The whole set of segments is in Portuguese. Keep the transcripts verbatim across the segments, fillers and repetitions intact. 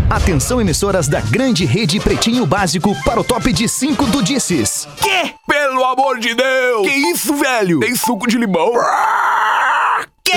Atenção, emissoras da grande rede Pretinho Básico para o top de cinco do Disses. Que? Pelo amor de Deus! Que isso, velho? Tem suco de limão? Que?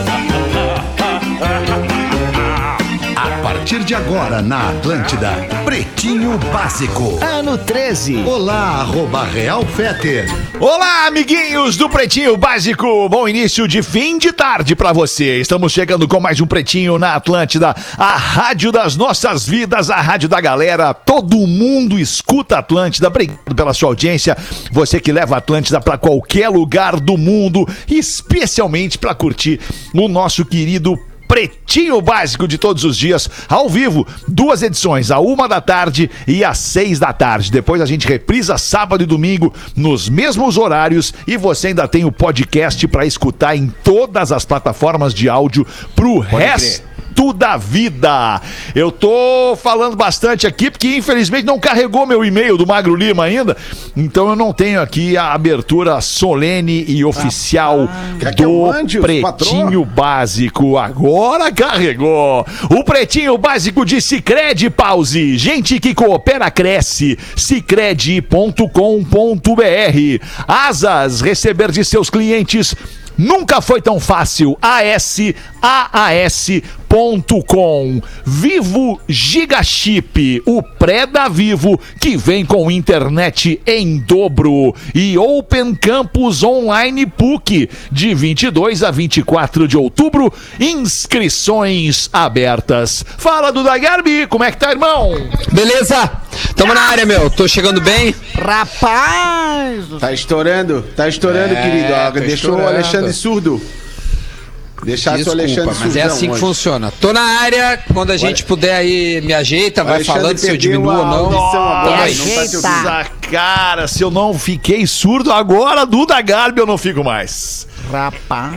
A partir de agora, na Atlântida, Pretinho Básico. Ano treze. Olá, arroba Real Feter. Olá, amiguinhos do Pretinho Básico. Bom início de fim de tarde pra você. Estamos chegando com mais um Pretinho na Atlântida, a rádio das nossas vidas, a rádio da galera. Todo mundo escuta a Atlântida. Obrigado pela sua audiência. Você que leva a Atlântida pra qualquer lugar do mundo, especialmente pra curtir o nosso querido Pretinho Básico de todos os dias, ao vivo, duas edições, a uma da tarde e às seis da tarde. Depois a gente reprisa sábado e domingo nos mesmos horários e você ainda tem o podcast para escutar em todas as plataformas de áudio pro resto da vida. Eu tô falando bastante aqui porque infelizmente não carregou meu e-mail do Magro Lima ainda, então eu não tenho aqui a abertura solene e oficial ah, do Pretinho Básico. Agora carregou. O Pretinho Básico de Sicredi, Pause. Gente que coopera cresce. Sicredi ponto com ponto br. Asas, receber de seus clientes nunca foi tão fácil. A S A A S ponto com. Vivo Gigachip, o pré da Vivo que vem com internet em dobro. E Open Campus Online P U C, de vinte e dois a vinte e quatro de outubro, inscrições abertas. Fala, Duda Garbi, como é que tá, irmão? Beleza, tamo na área, meu, tô chegando bem. Rapaz! Tá estourando, tá estourando, é, querido. Tá Deixou estourando. O Alexandre surdo. Deixar o Alexandre mas é assim que hoje funciona. Tô na área, quando a gente puder aí me ajeita, vai Alexandre falando se eu diminuo ou não. Nossa, ajeita. Cara, se eu não fiquei surdo agora, Duda Garbi, eu não fico mais. Rapaz.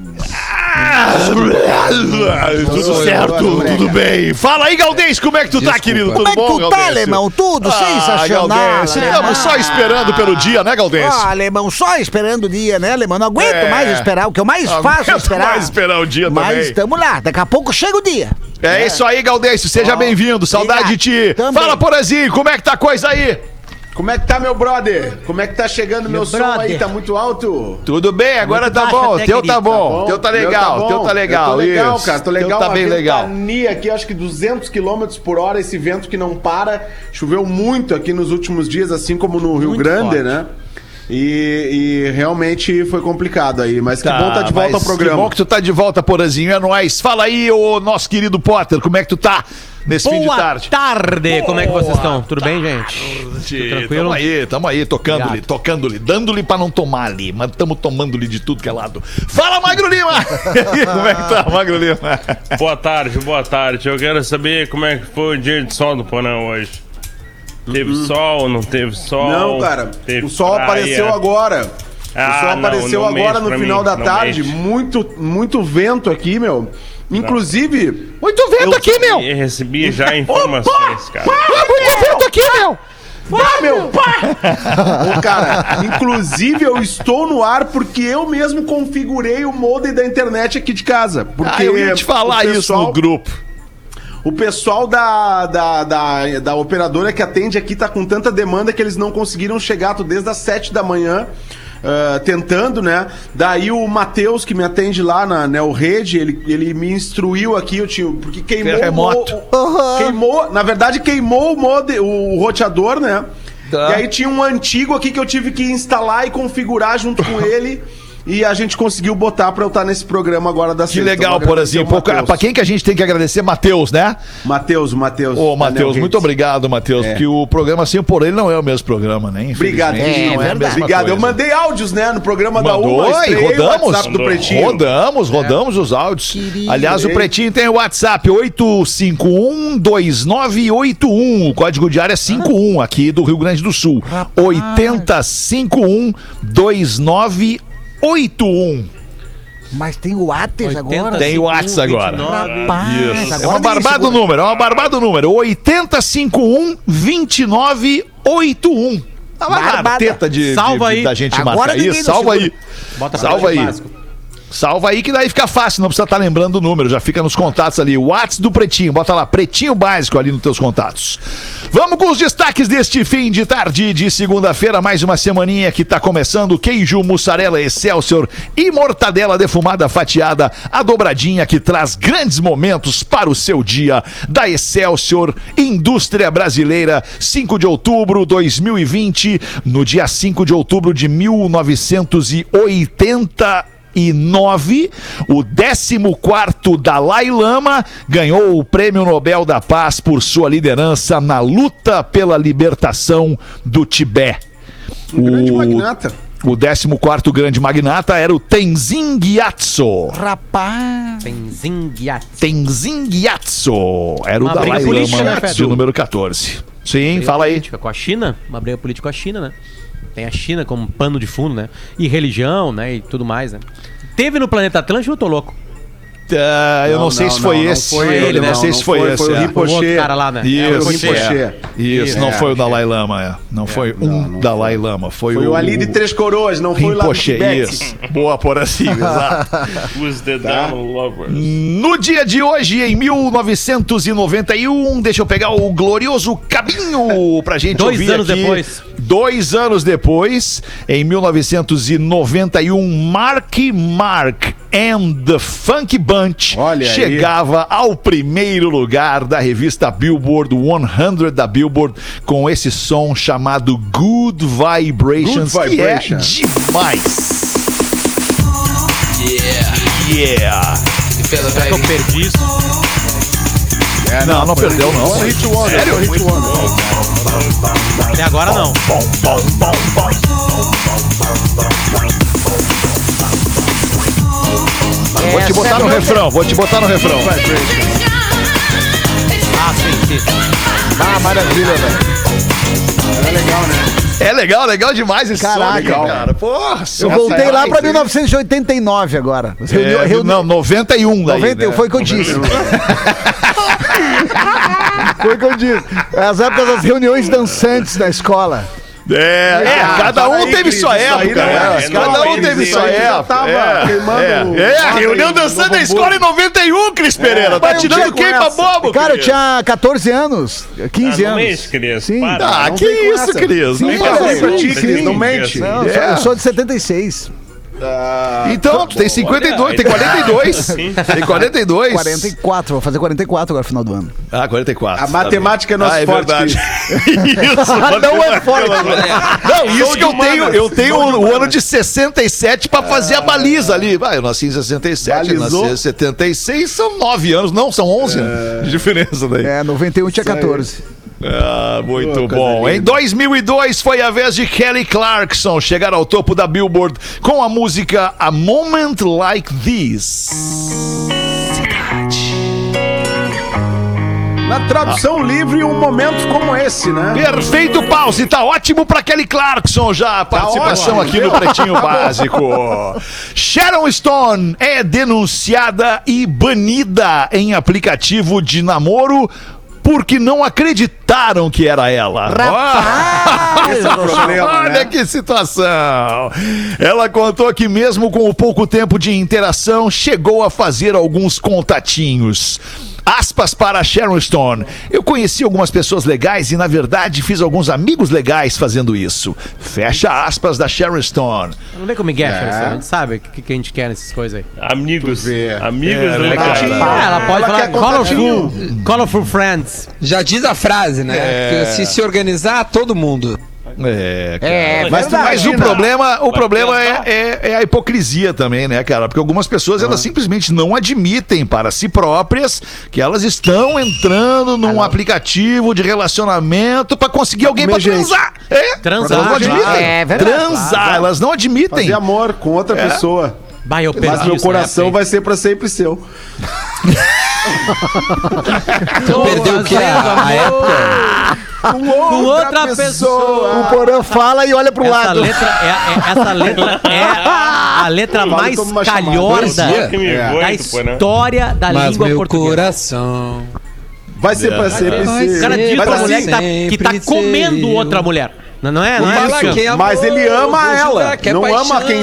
Ah, tudo certo, tudo bem. Fala aí, Galdês, como é que tu Desculpa. tá, querido? Tudo como bom, Como é que tu Galdês? tá, alemão? Tudo ah, sensacional. Estamos só esperando pelo dia, né, Galdês? Ah, alemão, só esperando o dia, né, alemão? Não aguento é. mais esperar. O que eu mais Não faço é esperar. mais esperar o dia Mas também. Mas estamos lá, daqui a pouco chega o dia. É, é. isso aí, Galdês, seja oh, bem-vindo. Saudade obrigado. de ti. Também. Fala, Porazinho, como é que tá a coisa aí? Como é que tá, meu brother? Como é que tá chegando meu, meu som aí? Tá muito alto? Tudo bem, agora tá bom. Teu tá bom. Teu tá legal. Teu tá legal. Tô legal, cara. Tô legal. Teu tá bem legal. Aqui, acho que duzentos quilômetros por hora, esse vento que não para. Choveu muito aqui nos últimos dias, assim como no Rio muito Grande, forte. né? E, e realmente foi complicado aí, mas que tá, bom tá de volta ao programa. Que bom que tu tá de volta, Porazinho, é nóis. Fala aí, ô nosso querido Potter, como é que tu tá nesse Boa fim de tarde? Boa tarde, como é que vocês estão? Tudo bem, gente? Tudo tranquilo? Tamo aí, tamo aí, tocando-lhe, tocando-lhe, dando-lhe pra não tomar ali, mas tamo tomando-lhe de tudo que é lado. Fala, Magro Lima! Como é que tá, Magro Lima? Boa tarde, boa tarde. Eu quero saber como é que foi o dia de sol do Porão hoje. Teve uhum. sol, não teve sol? Não, cara, teve o sol praia. apareceu agora. Ah, o sol não, apareceu não agora no final mim, da tarde. Mente. Muito, muito vento aqui, meu. Inclusive... Não. Muito vento eu aqui, meu! Eu recebi já informações, cara. Ah, muito vento aqui, meu! Ah, meu pai! Ô, cara, inclusive eu estou no ar porque eu mesmo configurei o modem da internet aqui de casa. Porque ah, eu ia te falar pessoal... isso no grupo. O pessoal da, da, da, da operadora que atende aqui tá com tanta demanda que eles não conseguiram chegar. Tô desde as sete da manhã uh, tentando, né? Daí o Matheus, que me atende lá na Neo Rede, ele, ele me instruiu aqui, eu tinha, porque queimou Remoto. o, uhum. queimou, na verdade queimou o, mode, o, o roteador, né? Tá. E aí tinha um antigo aqui que eu tive que instalar e configurar junto com ele. E a gente conseguiu botar pra eu estar nesse programa agora da sexta. Que legal, Porazinho. Pra quem que a gente tem que agradecer? Matheus, né? Matheus, o Matheus. Ô, Matheus, muito obrigado, Matheus. É. Porque o programa sem o por ele não é o mesmo programa, né? Obrigado, é, não é Obrigado. Eu mandei áudios, né? No programa Mandou, da U M A. E rodamos. Do Pretinho. Rodamos, rodamos é. os áudios. Querido. Aliás, o Pretinho tem o WhatsApp oito cinco um dois nove oito um. O código de área é cinquenta e um aqui do Rio Grande do Sul. oito zero cinco um dois nove oito um. Mas tem o WhatsApp agora? Tem o WhatsApp agora. Rapaz, Isso. agora É uma barbada o número, é uma barbada o número. oito zero cinco um dois nove oito um. Tá uma teta de, Salva de, aí. da gente Agora marcar isso. Salva aí. Bota Salva aí. básico. Salva aí que daí fica fácil, não precisa estar lembrando o número, já fica nos contatos ali. WhatsApp do Pretinho, bota lá, Pretinho Básico ali nos teus contatos. Vamos com os destaques deste fim de tarde de segunda-feira, mais uma semaninha que tá começando. Queijo, mussarela Excelsior e mortadela defumada fatiada, a dobradinha que traz grandes momentos para o seu dia. Da Excelsior, Indústria Brasileira, cinco de outubro de dois mil e vinte, no dia cinco de outubro de mil novecentos e oitenta e nove, o décimo quarto Dalai Lama ganhou o Prêmio Nobel da Paz por sua liderança na luta pela libertação do Tibete. Um grande magnata. O décimo quarto grande magnata era o Tenzin Gyatso. Rapaz. Tenzin Gyatso. Tenzin Gyatso. Era Uma o Dalai briga política, Lama né, Fed? de número catorze. Sim, Briga fala aí. política com a China, uma briga política com a China, né? Tem a China como pano de fundo, né? E religião, né? E tudo mais, né? Teve no Planeta Atlântico, eu tô louco. Uh, eu não, não sei não, se foi não, esse. não foi ele, ele, não, não, sei não se foi, foi, esse. foi o é. Rinpoche. O outro cara lá, né? Isso, É, o Rinpoche. é. Isso, É, não foi o é. Dalai Lama, é. Não foi não, um não Dalai foi. Lama, foi, Foi o Ali de Três Coroas, não foi lá do Rinpoche, Tibete. isso. Boa, por assim, exato. Who's the Down Lovers? No dia de hoje, em mil novecentos e noventa e um, deixa eu pegar o glorioso cabinho pra gente Dois ouvir anos aqui. depois. Dois anos depois, em mil novecentos e noventa e um, Marky Mark and the Funk Bunch Olha aí. chegava ao primeiro lugar da revista Billboard cem da Billboard com esse som chamado Good Vibrations, Good que é Vibrations. demais. Yeah. Será que eu perdi isso? É, Não, não perdeu, não. One Hit Wonder, Sério? One Hit Wonder. Até agora não. Bom, bom, bom, bom. Vou te botar no refrão, vou te botar no refrão. Ah, sim, sim. Ah, maravilha, velho. É legal, né? É legal, legal demais esse som, Caraca, legal, cara. cara. Porra, Eu Essa voltei é lá mais, pra hein? mil novecentos e oitenta e nove agora. Reuniu, é, reuniu, não, noventa e um daí, noventa, né? foi o que eu disse. Foi o que eu disse. As épocas das reuniões dançantes na escola. É, é, Ah, cada um para aí, teve Cris, sua isso aí época. não é, é cada um Cris, teve isso sua aí já época. tava É, queimando é, o- é, Ah, reunião no dançando da Bambu. escola em noventa e um, Cris Pereira. Tá eu tirando digo quem pra essa. bobo, Cara, eu querido? tinha catorze anos, quinze Ah, não anos. mente, Cris, Sim. para. Ah, Não que vem com isso, essa. Cris? Sim, Não Vem mas fazer é, isso pra ti, sim, Cris, não sim, mente. Não, eu, sou, É. eu sou de setenta e seis. Ah, Então, tu tem cinquenta e dois, tem quarenta e dois. Tem quarenta e dois. quarenta e quatro, vou fazer quarenta e quatro agora no final do ano. Ah, quarenta e quatro. A matemática é nosso ah, é forte, verdade. Cris. Isso, Não é forte. Não, isso que eu tenho, eu tenho o ano de sessenta e sete pra fazer a baliza ali. Vai, eu nasci em sessenta e sete, eu Balizou. nasci em setenta e seis, são nove anos, não, são onze anos de diferença daí. É, noventa e um tinha Isso aí. catorze. Ah, muito Pô, coisa bom. linda. Em dois mil e dois foi a vez de Kelly Clarkson chegar ao topo da Billboard com a música A Moment Like This. Na tradução livre, um momento como esse, né? Perfeito, pause. Tá ótimo pra Kelly Clarkson já. A participação ótimo. aqui no Pretinho Básico. Sharon Stone é denunciada e banida em aplicativo de namoro porque não acreditaram que era ela. Rapaz! Esse é o problema, Olha né? que situação. Ela contou que mesmo com o pouco tempo de interação, chegou a fazer alguns contatinhos. Aspas para Sharon Stone. Eu conheci algumas pessoas legais e, na verdade, fiz alguns amigos legais fazendo isso. Fecha aspas da Sharon Stone. Não vê como é, É. é. A gente sabe o que, que a gente quer nessas coisas aí. Amigos. vê. Amigos É, do né, cara. cara? Ah, ela pode Ela falar quer colorful, colorful friends. Já diz a frase, né? É. Que se se organizar, todo mundo. É, cara. É, Mas tu verdade. Mas o imagina- problema, o problema é, é- é a hipocrisia também, né, cara? Porque algumas pessoas, elas simplesmente não admitem para si próprias que elas estão entrando num aplicativo de relacionamento para conseguir alguém para Comer gente. transar. É, Transar, elas não admitem. claro. É verdade. Transar, elas não admitem. Fazer amor com outra É. pessoa. Bah, eu perdi Mas meu isso, coração né? vai ser pra sempre seu. Tu perdeu o quê? A, a época? Com outra pessoa. O Porã fala e olha pro Essa lado. letra é, é- essa letra é a letra Fala mais como uma chamada. calhorda Poesia. Que me É. voe, da tu, pô, né? história da Mas língua meu portuguesa. coração. Vai ser pra sempre Vai seu. O cara diz Mas pra assim, mulher que tá, que tá sempre comendo ser outra mulher. Não, não é? Não é Fala isso? quem amou, Mas ele ama vou ela, jurar que é não ama paixão. quem-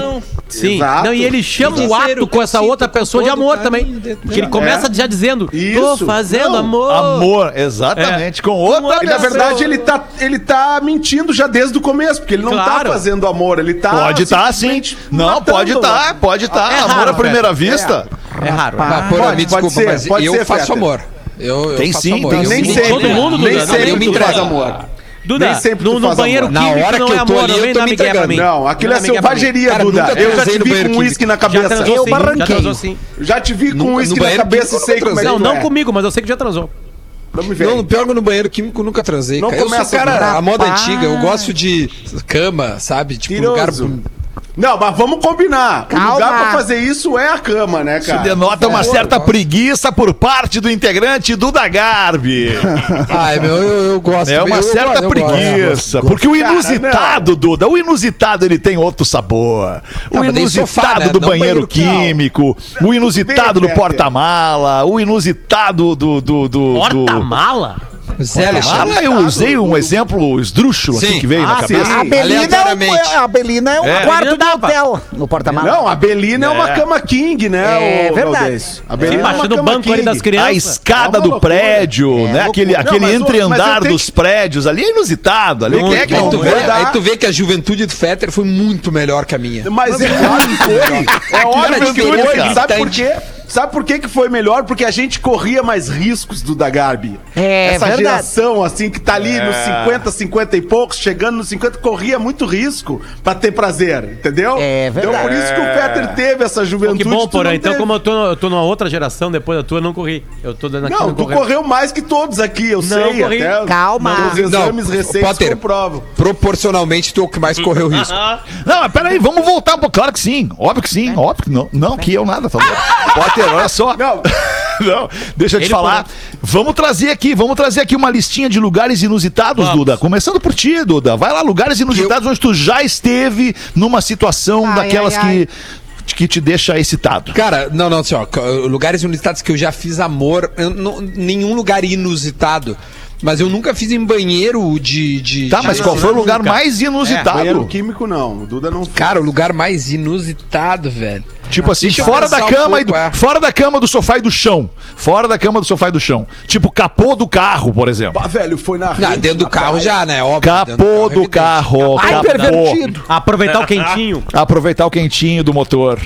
Sim, Exato. não, e ele chama o ato com essa outra pessoa de amor também. Que ele começa É. já dizendo, tô Isso. fazendo Não. amor. Amor, exatamente, com outra E na pessoa. verdade ele tá, ele tá mentindo já desde o começo, porque ele não Claro. tá fazendo amor, ele tá. Pode estar, sim. simplesmente Não, matando, pode estar, né? pode estar. É Amor raro, à primeira Fetter. vista. É raro. é Ah, raro. porra, Pode, me pode desculpa, ser, mas pode eu ser, faço Fetter. amor. Eu, eu Tem faço sim, amor. tem Eu Nem me sempre, Todo mundo, nem Duda, sempre eu me tu faz entrego. amor. Duda, Nem sempre no, tu no faz banheiro amor. Na químico hora não que é eu tô amor, ali, não eu vem tô dar me migué pra entregando. mim. Não, aquilo é Não dá migué pra mim. selvageria, Cara, Duda. nunca Eu já transei te no vi banheiro com uísque na Já cabeça. transou Eu sim, barranquei. já transou sim. Já te vi com No- uísque no na banheiro cabeça e químico sei eu como é que nunca Não, tu não é. comigo, mas eu sei que já transou. Não me vem. Não, pior que no banheiro químico eu nunca transei, Não cara. Eu sou começa cara, a- a moda Rapaz. antiga, eu gosto de cama, sabe? Tipo, Tiroso. lugar... Não, mas vamos combinar. Calma. O lugar pra fazer isso é a cama, né, Isso cara? denota uma certa preguiça por parte do integrante do Dagarbi. Ai, meu, eu, eu gosto. É uma eu, certa eu gosto, eu gosto. preguiça. Porque o Cara, inusitado, Duda, o inusitado ele tem outro sabor. O Ah, mas daí inusitado sofá, né? do Não banheiro banheiro químico, o inusitado do Bem, porta-mala, o inusitado do. do, do, do... Porta-mala? Zé Alexandre. Ah, eu usei um exemplo esdrúxulo assim Sim. que veio na Ah, sim. cabeça. A Belina, é um, Aleatoriamente. a Belina é um É. quarto Belina do dava. hotel no porta-malas. Não, a Belina é, uma É. cama king, né? É ô, verdade. Galdês? A Belina é Embaixo uma do cama banco ali king. das A crianças. escada É uma do loucura. prédio, né? Aquele, loucura. aquele Não, mas, ô, entreandar mas eu tenho dos que- prédios ali é inusitado. Ali Muito quem é que Aí não tu, Não, vê, vou dar. aí tu vê que a juventude do Fetter foi muito melhor que a minha. Mas é claro que foi. É óbvio que juventude, foi. cara. Sabe por quê? Sabe por que que foi melhor? Porque a gente corria mais riscos do Dagarbi. É Essa verdade. geração, assim, que tá ali nos cinquenta, cinquenta e poucos, chegando nos cinquenta, corria muito risco pra ter prazer, entendeu? É verdade. Então por isso que o Peter teve essa Pô, juventude. que bom, tu porra. não Então, teve. como eu tô, eu tô numa outra geração, depois da tua, eu não corri. Eu tô dando aqui Não, não tu correu. correu mais que todos aqui, eu Não, sei. corri. Até Calma. Os exames Não, recentes Potter. comprovam. Proporcionalmente, tu é o que mais correu risco. Não, mas peraí, vamos voltar um pouco. Claro que sim, óbvio que sim, óbvio que não. Não, que eu nada, falou. Potter, olha só. Não. Não, deixa eu te Ele falar. Vamos trazer aqui, vamos trazer aqui uma listinha de lugares inusitados, Vamos. Duda. Começando por ti, Duda. Vai lá, lugares inusitados onde tu já esteve numa situação Ai, daquelas ai, que, que te deixa excitado. Cara, não, não, assim, ó, lugares inusitados que eu já fiz amor, eu não- nenhum lugar inusitado. Mas eu nunca fiz em banheiro de. de Tá, de- mas qual foi o lugar nunca. mais inusitado? Banheiro químico, não. O Duda não fez. Cara, o lugar mais inusitado, velho. Tipo assim, Deixa eu fora da pensar um cama e do, pouco, é. fora da cama do sofá e do chão. Fora da cama do sofá e do chão. Tipo capô do carro, por exemplo. Pá, velho, foi na Não, rede, dentro do na carro praia. já, né? Óbvio. dentro Capô do evidente. carro, Ai, capô. pervertido. Aproveitar o quentinho. Aproveitar o quentinho do motor.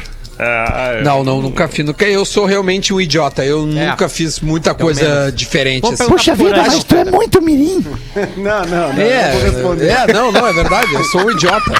Ah, Não, não, nunca fiz. Nunca, eu sou realmente um idiota. Eu nunca fiz muita coisa menos. diferente. Vamos assim. perguntar pro Porã, então. tu é muito mirim. Não, não, não. É, não vou responder. é, não, não, é verdade. Eu sou um idiota.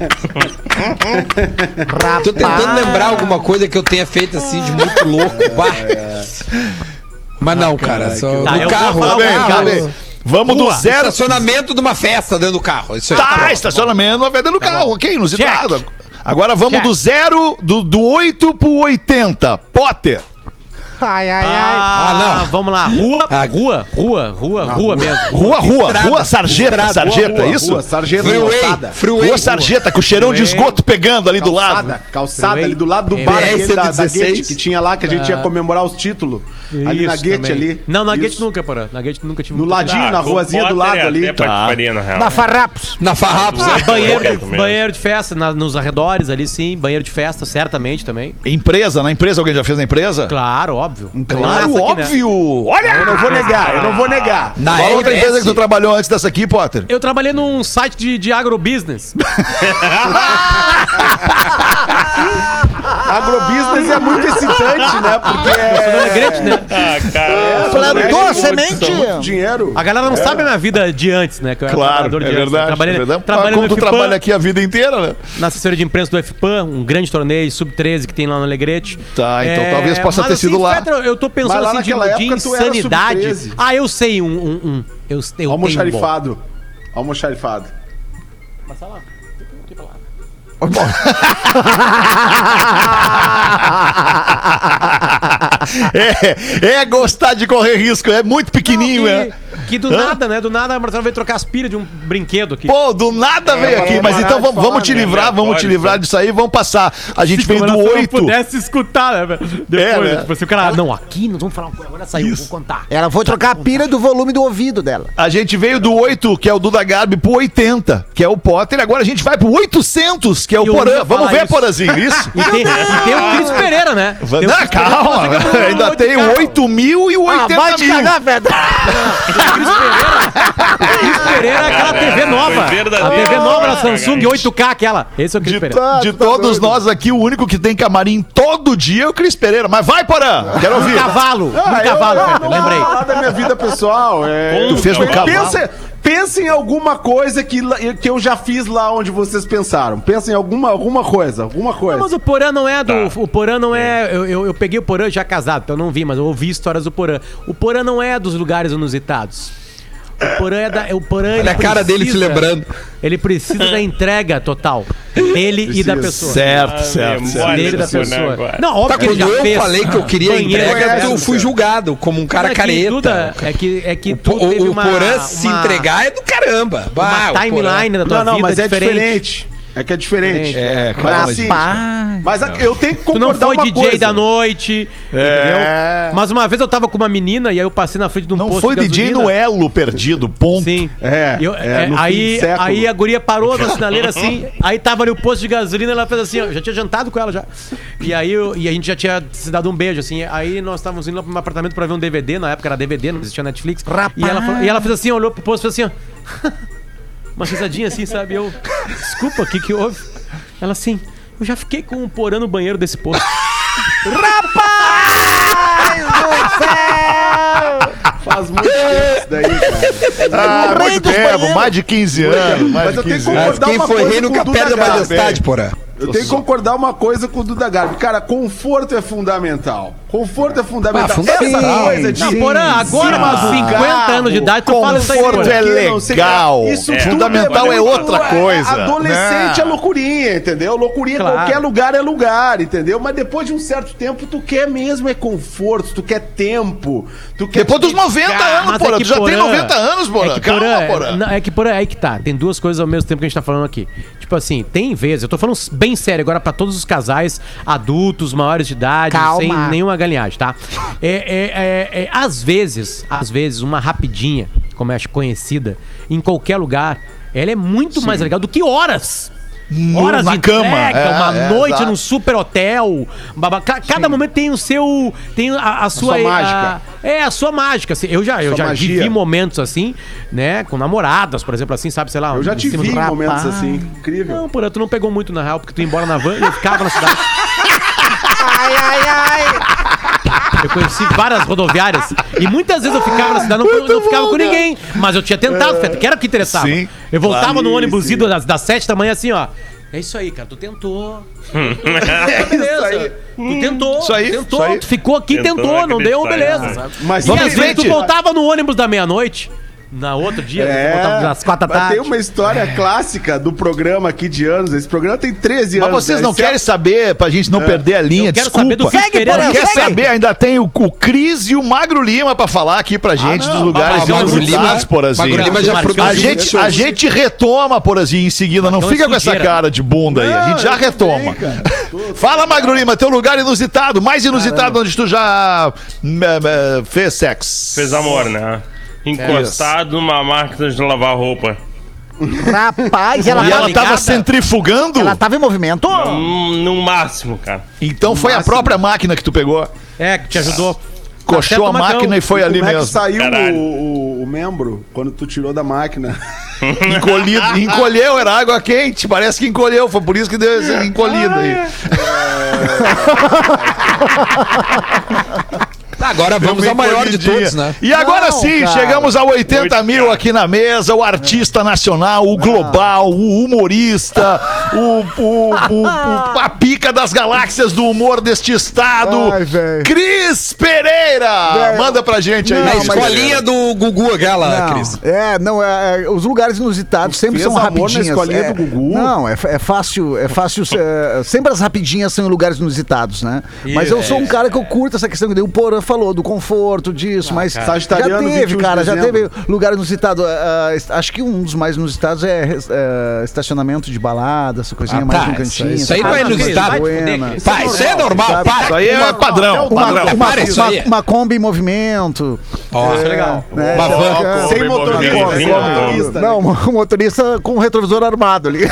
Tô tentando lembrar alguma coisa que eu tenha feito assim de muito louco. Bah. Mas não, cara. Só Tá, no eu vou carro. falar no bem, carro. tá bem. Vamos do Rua, zero. Estacionamento de uma festa dentro do carro. Isso aí. Tá, Pronto. estacionamento, uma venda no carro, ok, inusitado. Agora vamos Check. do zero, do, do oito pro oitenta. Potter. Ai, ai, ai. Ah, Ah, não. Vamos lá. Rua, Ah, rua, rua, rua, rua mesmo. Rua, rua, Estrada. rua, sarjeta, Estrada, sarjeta, Rua, isso? Rua, sarjeta, Freeway. calçada. Freeway. Rua sarjeta, com o cheirão de Freeway. esgoto pegando ali do lado. Calçada, calçada Freeway. ali do lado do É, bar B R aquele da, da cento e dezesseis. Guete, que tinha lá, que a gente ia comemorar os títulos. ali na Isso Guete também. ali. Não, na Isso. Guete nunca, porra. Na Guete nunca tive No muita- ladinho, Ah, na com ruazinha do Potter lado é ali. até patifaria, na real. Na Farrapos. Na Farrapos. Ah, né? banheiro, Correto de, mesmo. banheiro de festa, na- nos arredores ali, sim. Banheiro de festa, certamente também. Empresa, na empresa, alguém já fez na empresa? Claro, óbvio. Claro, Essa aqui, né? óbvio. Olha! Eu não vou negar, eu não vou negar. Na Qual outra R S. empresa que tu trabalhou antes dessa aqui, Potter? Eu trabalhei num site de, de agrobusiness. Agrobusiness é muito excitante, né? Porque é... Alegrete, né? Ah, cara. Plantou a Mexe semente. muito dinheiro. A galera não sabe a minha vida de antes, né? Que eu era Claro, trabalhador é de antes. verdade. Trabalhei, é verdade. trabalhei Como no tu F P A, trabalha aqui a vida inteira, né? na assessoria de imprensa do F P A, um grande torneio sub treze que tem lá no Alegrete. Tá, então talvez possa mas ter sido lá. Fetter, eu tô pensando Mas lá assim de, naquela de época tu era insanidade. sub treze. Ah, eu sei, um. um, um. Eu, eu tenho um bom. Almoxarifado. Almoxarifado. é, é gostar de correr risco, é muito pequenininho, Não, é. e- Que do nada, né? Do nada a Marcelo veio trocar as pilhas de um brinquedo aqui. Pô, do nada veio aqui, mas então vamos, vamos te livrar, vamos te livrar disso aí, vamos passar. A gente veio do oito. Se pudesse escutar, né, velho? Depois, É, né? tipo assim, o cara, não, aqui nós vamos falar uma coisa, agora saiu, vou contar. Ela foi trocar a pilha do volume do ouvido dela. A gente veio do oito, que é o Duda Garbi, pro oitenta, que é o Potter. Agora a gente vai pro oitocentos, que é o E eu Porã. ia Vamos falar ver, isso. Porazinho, isso? E tem, e tem o Cris Pereira, né? Tem o Não, Cris Pereira, calma, que consegue ainda muito tem carro. o oito mil e o Ah, oitenta vai te mil. cagar, velho. O Cris Pereira, o Cris Pereira é aquela T V nova. Foi A verdadeiro. T V nova da Ah, Samsung, cara. oito K aquela. Esse é o Cris De, Pereira. de todos nós aqui, o único que tem camarim todo dia é o Cris Pereira. Mas vai, Porã, quero ouvir. Cavalo, Ah, no eu- cavalo, eu Peter, não lembrei. vou falar da minha vida pessoal. É, Tu fez no eu- cavalo? Pensa, pensa em alguma coisa que, lá- que eu já fiz lá onde vocês pensaram. Pensa em alguma, alguma coisa, alguma coisa. Não, mas o Porã não é do. Tá. O Porã não é. Eu, eu, eu peguei o Porã já casado, então eu não vi, mas eu ouvi histórias do Porã. O Porã não é dos lugares inusitados. O Porã é da. O Porã, ele Olha a cara dele se lembrando. Ele precisa da entrega total dele e da pessoa. Certo, Ah, certo, memória. certo. Dele da Esse pessoa. agora. Não, óbvio Tá, que ele quando já eu fez. falei que eu queria banheiro, entrega, é, eu fui julgado como um cara Não, é que careta. Duda, é que, é que tu O, teve o uma, Porã se uma- entregar é do caramba. Bah, uma o Porã. timeline da tua Não, não, vida mas é diferente. diferente. É que é diferente. É, mas calma, assim, Rapaz. mas a- eu tenho que Tu não concordar foi uma D J coisa. da noite, É. entendeu? Mas uma vez eu tava com uma menina e aí eu passei na frente de um Não posto foi de D J gasolina. no elo perdido, ponto. Sim. É, Eu- é, é, no fim aí, de século. aí a guria parou na sinaleira assim, aí tava ali o posto de gasolina, ela fez assim, ó, eu já tinha jantado com ela já. E aí eu- e a gente já tinha se dado um beijo, assim. Aí nós estávamos indo lá pro meu apartamento pra ver um D V D, na época era D V D, não existia Netflix. E ela, falou- e ela fez assim, olhou pro posto e fez assim, ó. Uma risadinha assim, sabe? Eu, desculpa, o que que houve? Ela assim, eu já fiquei com um porã no banheiro desse posto. Faz muito tempo isso daí, cara. Ah, muito tempo, mais de quinze anos. Mais Mas de eu tenho que quinze anos. Mas concordar quem uma foi coisa rei com nunca o Duda perde a Garbi. majestade, Porã. Eu tenho que concordar uma coisa com o Duda Garbi. Cara, conforto é fundamental. Conforto é fundamental. Ah, fundamental. Essa coisa de... Não, porã, agora Sim, com do cinquenta carro, anos de idade, tu fala isso aí, Conforto porã. é que não sei o que. legal. Isso É. tudo Fundamental é muito- outra coisa. Adolescente Né? é loucurinha, entendeu? Loucurinha, Claro. qualquer lugar é lugar, entendeu? Mas depois de um certo tempo, tu quer mesmo é conforto, tu quer tempo, tu quer... Depois dos noventa anos, Mas porra. é que tu já tem Porã- noventa anos, porra. É que Calma, porã, porra. é, não, é que porã, é aí que tá. Tem duas coisas ao mesmo tempo que a gente tá falando aqui. Tipo assim, tem vezes, eu tô falando bem sério agora pra todos os casais adultos, maiores de idade, Calma. sem nenhuma galinhagem, tá? É, é, é, é, às vezes, às vezes, uma rapidinha, como é conhecida, em qualquer lugar, ela é muito mais legal do que horas. Horas na de cama. entrega, É, uma é, noite exato. num super hotel. baba- ca- Cada momento tem o seu. Tem a, a sua. sua mágica. a- é, a sua mágica. assim. Eu já, eu Sua já magia. vivi momentos assim, né? Com namoradas, por exemplo, assim, sabe, sei lá. Eu já em te cima vi do- em momentos Rapaz. assim, incrível. Não, porra, tu não pegou muito na real, porque tu ia embora na van e eu ficava na cidade. Ai, ai, ai. Eu conheci várias rodoviárias e muitas vezes eu ficava na cidade, não, não ficava com ninguém. Mas eu tinha tentado, Feta, que era o que interessava. Sim, Eu voltava claro. no ônibus Sim, ido das, das sete da manhã assim, ó. É isso aí, cara, tu tentou. Beleza. Tu tentou, Isso aí, tentou, isso aí. tu ficou aqui e Tentou tentou, não deu, acreditar, beleza. né? sabe? Mas E vamos às em vezes tu frente. voltava no ônibus da meia-noite, na outro dia, tu voltava às quatro da Mas tarde. tem uma história clássica do programa aqui de anos. Esse programa tem treze Mas anos. vocês né? não Esse é- querem saber, pra gente não perder a linha, Eu quero desculpa. saber do Cris Pereira. Não Segue, quer segue. saber, ainda tem o, o Cris e o Magro Lima pra falar aqui pra gente dos lugares mas o Magro inusitados, Lima- Porazinho. Magro Lima já Marcão, produziu A gente, a gente retoma, Porazinho, em seguida. Não Marcão fica é com essa sujeira. cara de bunda aí. A gente já eu retoma. também, cara. Fala, Magro Lima, teu lugar inusitado, mais inusitado onde tu já eh, eh, fez sexo. Fez amor, né? Encostado numa máquina de lavar roupa. Rapaz, ela, E tava, ela ligada? tava centrifugando? ela tava em movimento? Hum, No máximo, cara. Então foi a própria máquina que tu pegou. É, que te ajudou. Coxou a Tá certo, máquina Marcão. e foi ali Como é que mesmo. saiu Caralho. o, o- o membro quando tu tirou da máquina? Encolhido, encolheu, era água quente. Parece que encolheu, foi por isso que deu esse encolhido aí. Tá, agora vamos ao maior de todos, né? E agora Não, sim, cara. chegamos a oitenta mil aqui na mesa. O artista nacional, o global, o humorista, o, o- o- o- a pica das galáxias do humor deste estado. Ai, velho. Cris Pereira! Velho. Manda pra gente aí. Não, Na Cris mas- escolinha do Gugu, aquela, Não, Cris. é, não, é, é, os lugares inusitados sempre fez são amor na rapidinhas. escolinha é, do Gugu? Não, é, é fácil, é fácil, é, sempre as rapidinhas são em lugares inusitados, né? Mas eu sou um cara que eu curto essa questão que daí o Porã falou falou do conforto disso, mas já Sagitariano, teve, vinte e um de cara, já dezembro. teve lugares inusitados. ah, ah, acho que um dos mais inusitados é ah, estacionamento de balada, essa coisinha Ah, mais tá, num cantinho. isso- isso aí essa não é coisa inusitado. buena. Pá, isso aí é normal, sabe? para. Isso aí é padrão, Uma, padrão. uma, Para isso aí. uma, uma Kombi em movimento. Ó, Isso é legal. né? Uma van. É, Sem motorista. Kombi, Sem Kombi. motorista. Não, o motorista com o retrovisor armado ali.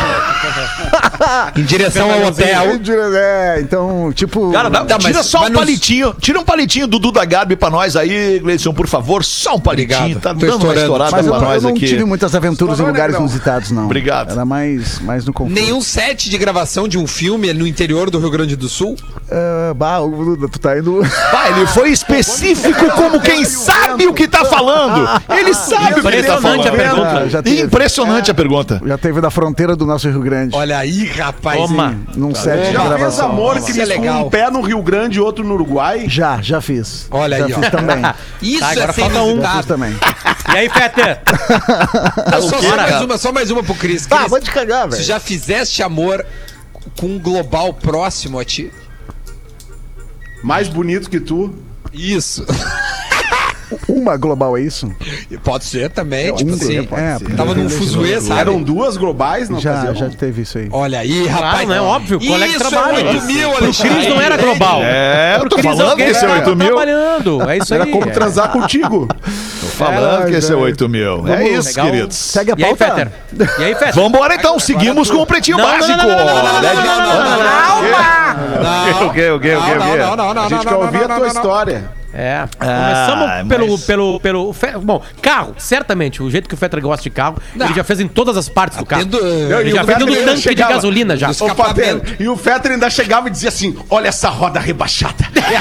Em direção ao hotel. É, então, tipo. Cara, dá- Tá, mas- tira só mas um nos- palitinho. Tira um palitinho do Duda Garbi pra nós aí, Gleison, por favor. Só um palitinho. Obrigado. Tá Tô dando uma estourando. estourada mas eu, pra não- eu nós não aqui. tive muitas aventuras em Só lugares não. inusitados, não. Obrigado. Era mais, mais no conforto. Nenhum set de gravação de um filme no interior do Rio Grande do Sul? Ah, bah, o Duda, tu tá indo. Vai, ele foi específico como quem sabe o que tá falando. Ele sabe o que ele tá Impressionante a falando. pergunta. Ah, já teve. Impressionante a pergunta. Já teve na fronteira do nosso Rio Grande. Olha aí, rapaz. Toma. hein? Num set de Já fez gravação. amor, Isso Cris, é legal. com um pé no Rio Grande e outro no Uruguai? Já, já fiz. Olha já aí, ó. fiz também. Isso Tá, é agora ser falta um. Já fiz inusitado. também. E aí, Peter? Não, só, quê, só mais cara? uma, só mais uma pro Cris. Ah, Cris, vou te cagar, tu velho. já fizeste amor com um global próximo a ti? Mais bonito que tu. Isso. Uma global, é isso? Pode ser também, tipo Um, assim. é, Tava num fuzuê, sabe? Eram duas globais na Já, ocasião? já teve isso aí. Olha aí, rapaz. não é óbvio, colega de Isso trabalho. é oito mil, O Alexandre. Cris não era global. É, eu tô Cris falando que alguém esse é tava oito mil. trabalhando. É isso aí. Era como transar contigo. Tô falando que esse é oito mil. É isso, Legal. queridos. Segue a E aí, pauta. Peter? E aí, Peter? Vambora então, seguimos com o Pretinho Não, não, Básico. não, não, não, não, não, não, não, não, não, Não. O quê, o quê, o quê, o quê? Não, não, não, não, A gente não, quer não, ouvir não, a tua não, não. história. É. Ah, Começamos pelo, mas- pelo, pelo. fe- Bom, carro, certamente. O jeito que o Fetter gosta de carro, Não. ele já fez em todas as partes do carro. Tendo, Ele E já o fez Fetter no ainda tanque chegava- de gasolina já. Dos- Ô, Pater, Escapamento. e o Fetter ainda chegava e dizia assim: olha essa roda rebaixada. É a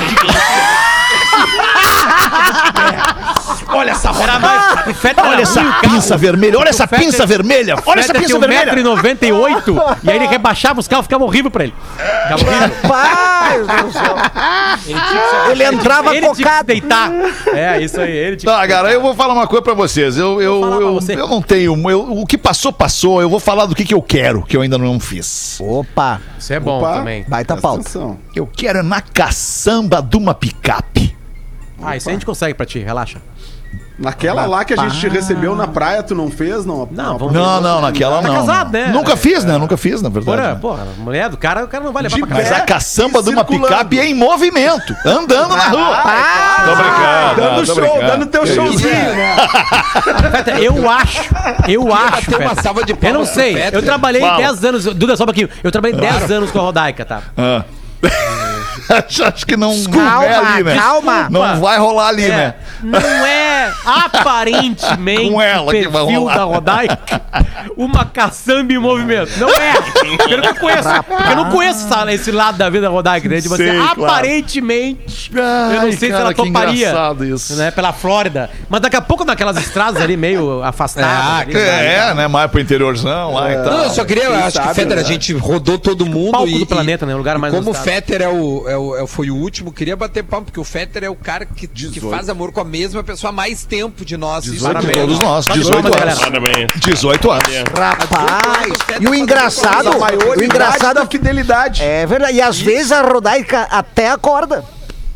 de... Olha essa roda. Era mais. O Fetter Olha era essa ruim, o carro. pinça vermelha, olha essa O Fetter- pinça vermelha, olha essa Fetter pinça tinha um vermelha. metro e noventa e oito e aí ele rebaixava os carros, ficava horrível pra ele. Ficava horrível. Rapaz do céu. Ele, tinha que se- Ele entrava ele tinha que se cocado. deitar. É, isso aí. Ele tinha Tá, cara, eu vou falar uma coisa pra vocês. Eu, eu, falar pra eu, você. eu não tenho. eu- o que passou, passou. Eu vou falar do que, que eu quero, que eu ainda não fiz. Opa, Isso é bom Opa. também. baita Presta pauta. atenção. Eu quero é na caçamba de uma picape. Ah, isso aí a gente consegue pra ti, relaxa. Naquela lá que a gente te recebeu na praia, tu não fez? Não, Não, vamos Não, não, naquela Tá não. casado, né? Nunca fiz, né? Nunca fiz, na verdade. Porra, né? porra, mulher do cara, o cara não vai levar De pra casa. Mas a É, caçamba e de uma circulando. picape é em movimento, andando na rua. Tô brincando, Dando tô show, brincando. dando teu showzinho, né? Fetter, Eu acho, eu acho, bater uma Fetter. salva de Eu palmas não pro sei, Fetter. eu trabalhei Fala. dez anos, Duda, só um pouquinho, eu trabalhei dez anos com a Rodaica, tá? Ah. Acho acho que não, não Calma, é ali, né? calma. Não vai rolar ali, É, né? não é aparentemente Com ela o que vai perfil rolar. da Rodaica uma caçamba em movimento. Não é. Eu não conheço. Porque eu não conheço essa- esse lado da vida da Rodaica, né? Tipo assim, Sei, claro. aparentemente, eu não Ai, sei se cara, ela que toparia. engraçado isso. Né, pela Flórida. Mas daqui a pouco naquelas estradas ali meio afastadas. Ah, ali, É, né? Mais pro interiorzão lá e tal. Não, eu só queria, eu acho sabe, que Fetter, né? a gente rodou todo mundo. Palco e, do planeta, né? O lugar e mais como o inusitado. Fetter é o, é o, é o- foi o último, queria bater palmo, porque o Fetter é o cara que, que faz amor com a mesma pessoa há mais tempo de nós. Isso dezoito, é todos nós, Bate dezoito palmas, anos. galera. Parabéns. dezoito anos. Rapaz. E o engraçado, A maioridade o engraçado da fidelidade. é verdade. E às vezes a Rodaica até acorda.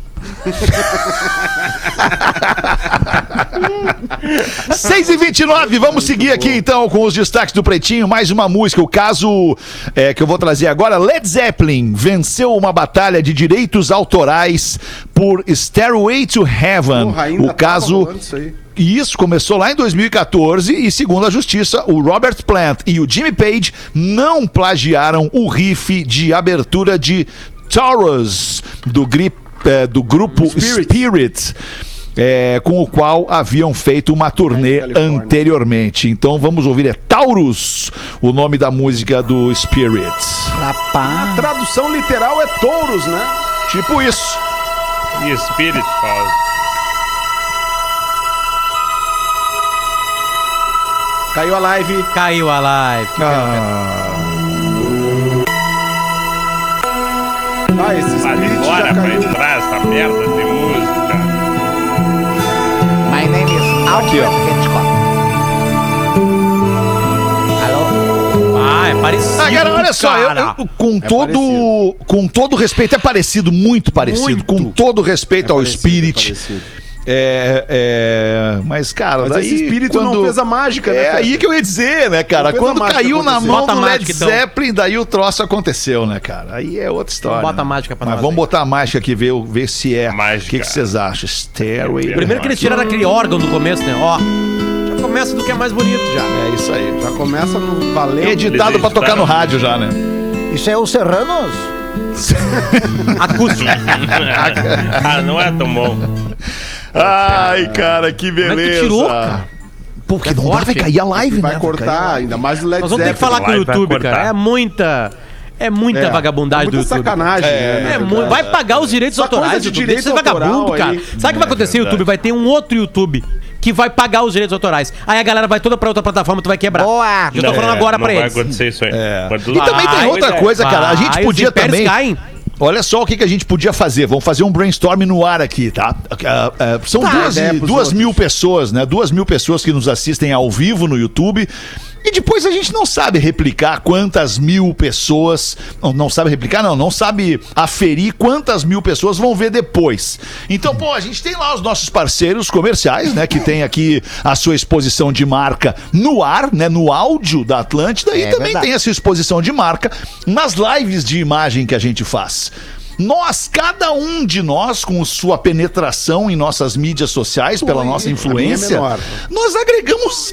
seis e vinte e nove, vamos seguir aqui então com os destaques do Pretinho. Mais uma música. O caso é, que eu vou trazer agora: Led Zeppelin venceu uma batalha de direitos autorais por Stairway to Heaven. Porra, ainda O tava caso. rolando isso aí. E isso começou lá em dois mil e quatorze e, segundo a justiça, o Robert Plant e o Jimmy Page não plagiaram o riff de abertura de Taurus do, grip, eh, do grupo Spirit. Spirit. eh, com o qual haviam feito uma turnê Califórnia. anteriormente. Então vamos ouvir, é Taurus, o nome da música do Spirit. Rapaz. Tradução literal é touros, né? Tipo isso. E Spirit Pause. Caiu a live. Caiu a live. Que pena, Ah, esse Vai Spirit já embora pra caiu. entrar essa merda de música. My name is Aqui, ó. Hitchcock. Peter. Ah, é parecido. Ah, cara, olha só, eu, eu- com, todo, com todo respeito, é parecido, muito parecido, Muito. com todo respeito É ao parecido, Spirit. é parecido. É, é, mas, cara, Mas daí esse espírito quando... não fez a mágica, né, É cara? aí que eu ia dizer, né, cara? Não fez a Quando mágica caiu na acontecer. mão Bota do a Led mágica, então. Zeppelin, daí o troço aconteceu, né, cara? Aí é outra história. Bota a né? mágica pra Mas nós vamos aí. botar a mágica aqui, ver, ver se é. O Mágica. que que vocês acham? Stairway. Primeiro que eles tiraram aquele órgão do começo, né? Ó, já começa do que é mais bonito já. É isso aí. Já começa no valendo. Editado pra tocar no rádio já, né? Isso é o Serranos? Acústico. Ah, não é tão bom. Ai, cara, que Como é beleza. que tu tirou, cara? Porque É não dá, vai forte. cair a live, Vai né? cortar, ainda mais do Led Nós vamos ter que Zeppelin. falar com o Vai- vai YouTube, cortar. cara. É muita. É muita É, vagabundagem é do muita YouTube. sacanagem, É, né, na É verdade. muito. Vai pagar os direitos Essa coisa autorais. de YouTube. direito Deixa de ser vagabundo, autoral cara. aí. Sabe o que vai acontecer, verdade. YouTube? Vai ter um outro YouTube que vai pagar os direitos autorais. Aí a galera vai toda pra outra plataforma, tu vai quebrar. Boa! Eu tô falando É, agora não pra vai eles. acontecer isso aí. Mas E tudo- também tem Vai, outra pois é. coisa, cara. A gente Vai, podia os impérios também. caem. Olha só o que, que a gente podia fazer. Vamos fazer um brainstorm no ar aqui, tá? Ah, ah, são duas, ideia pros duas outros. mil pessoas, né? Duas mil pessoas que nos assistem ao vivo no YouTube. E depois a gente não sabe replicar quantas mil pessoas. Não, não sabe replicar, não. Não sabe aferir quantas mil pessoas vão ver depois. Então, pô, a gente tem lá os nossos parceiros comerciais, né? Que tem aqui a sua exposição de marca no ar, né? No áudio da Atlântida. E É também verdade. tem essa exposição de marca nas lives de imagem que a gente faz. Nós, cada um de nós, com sua penetração em nossas mídias sociais, pela nossa influência, a minha é menor. nós agregamos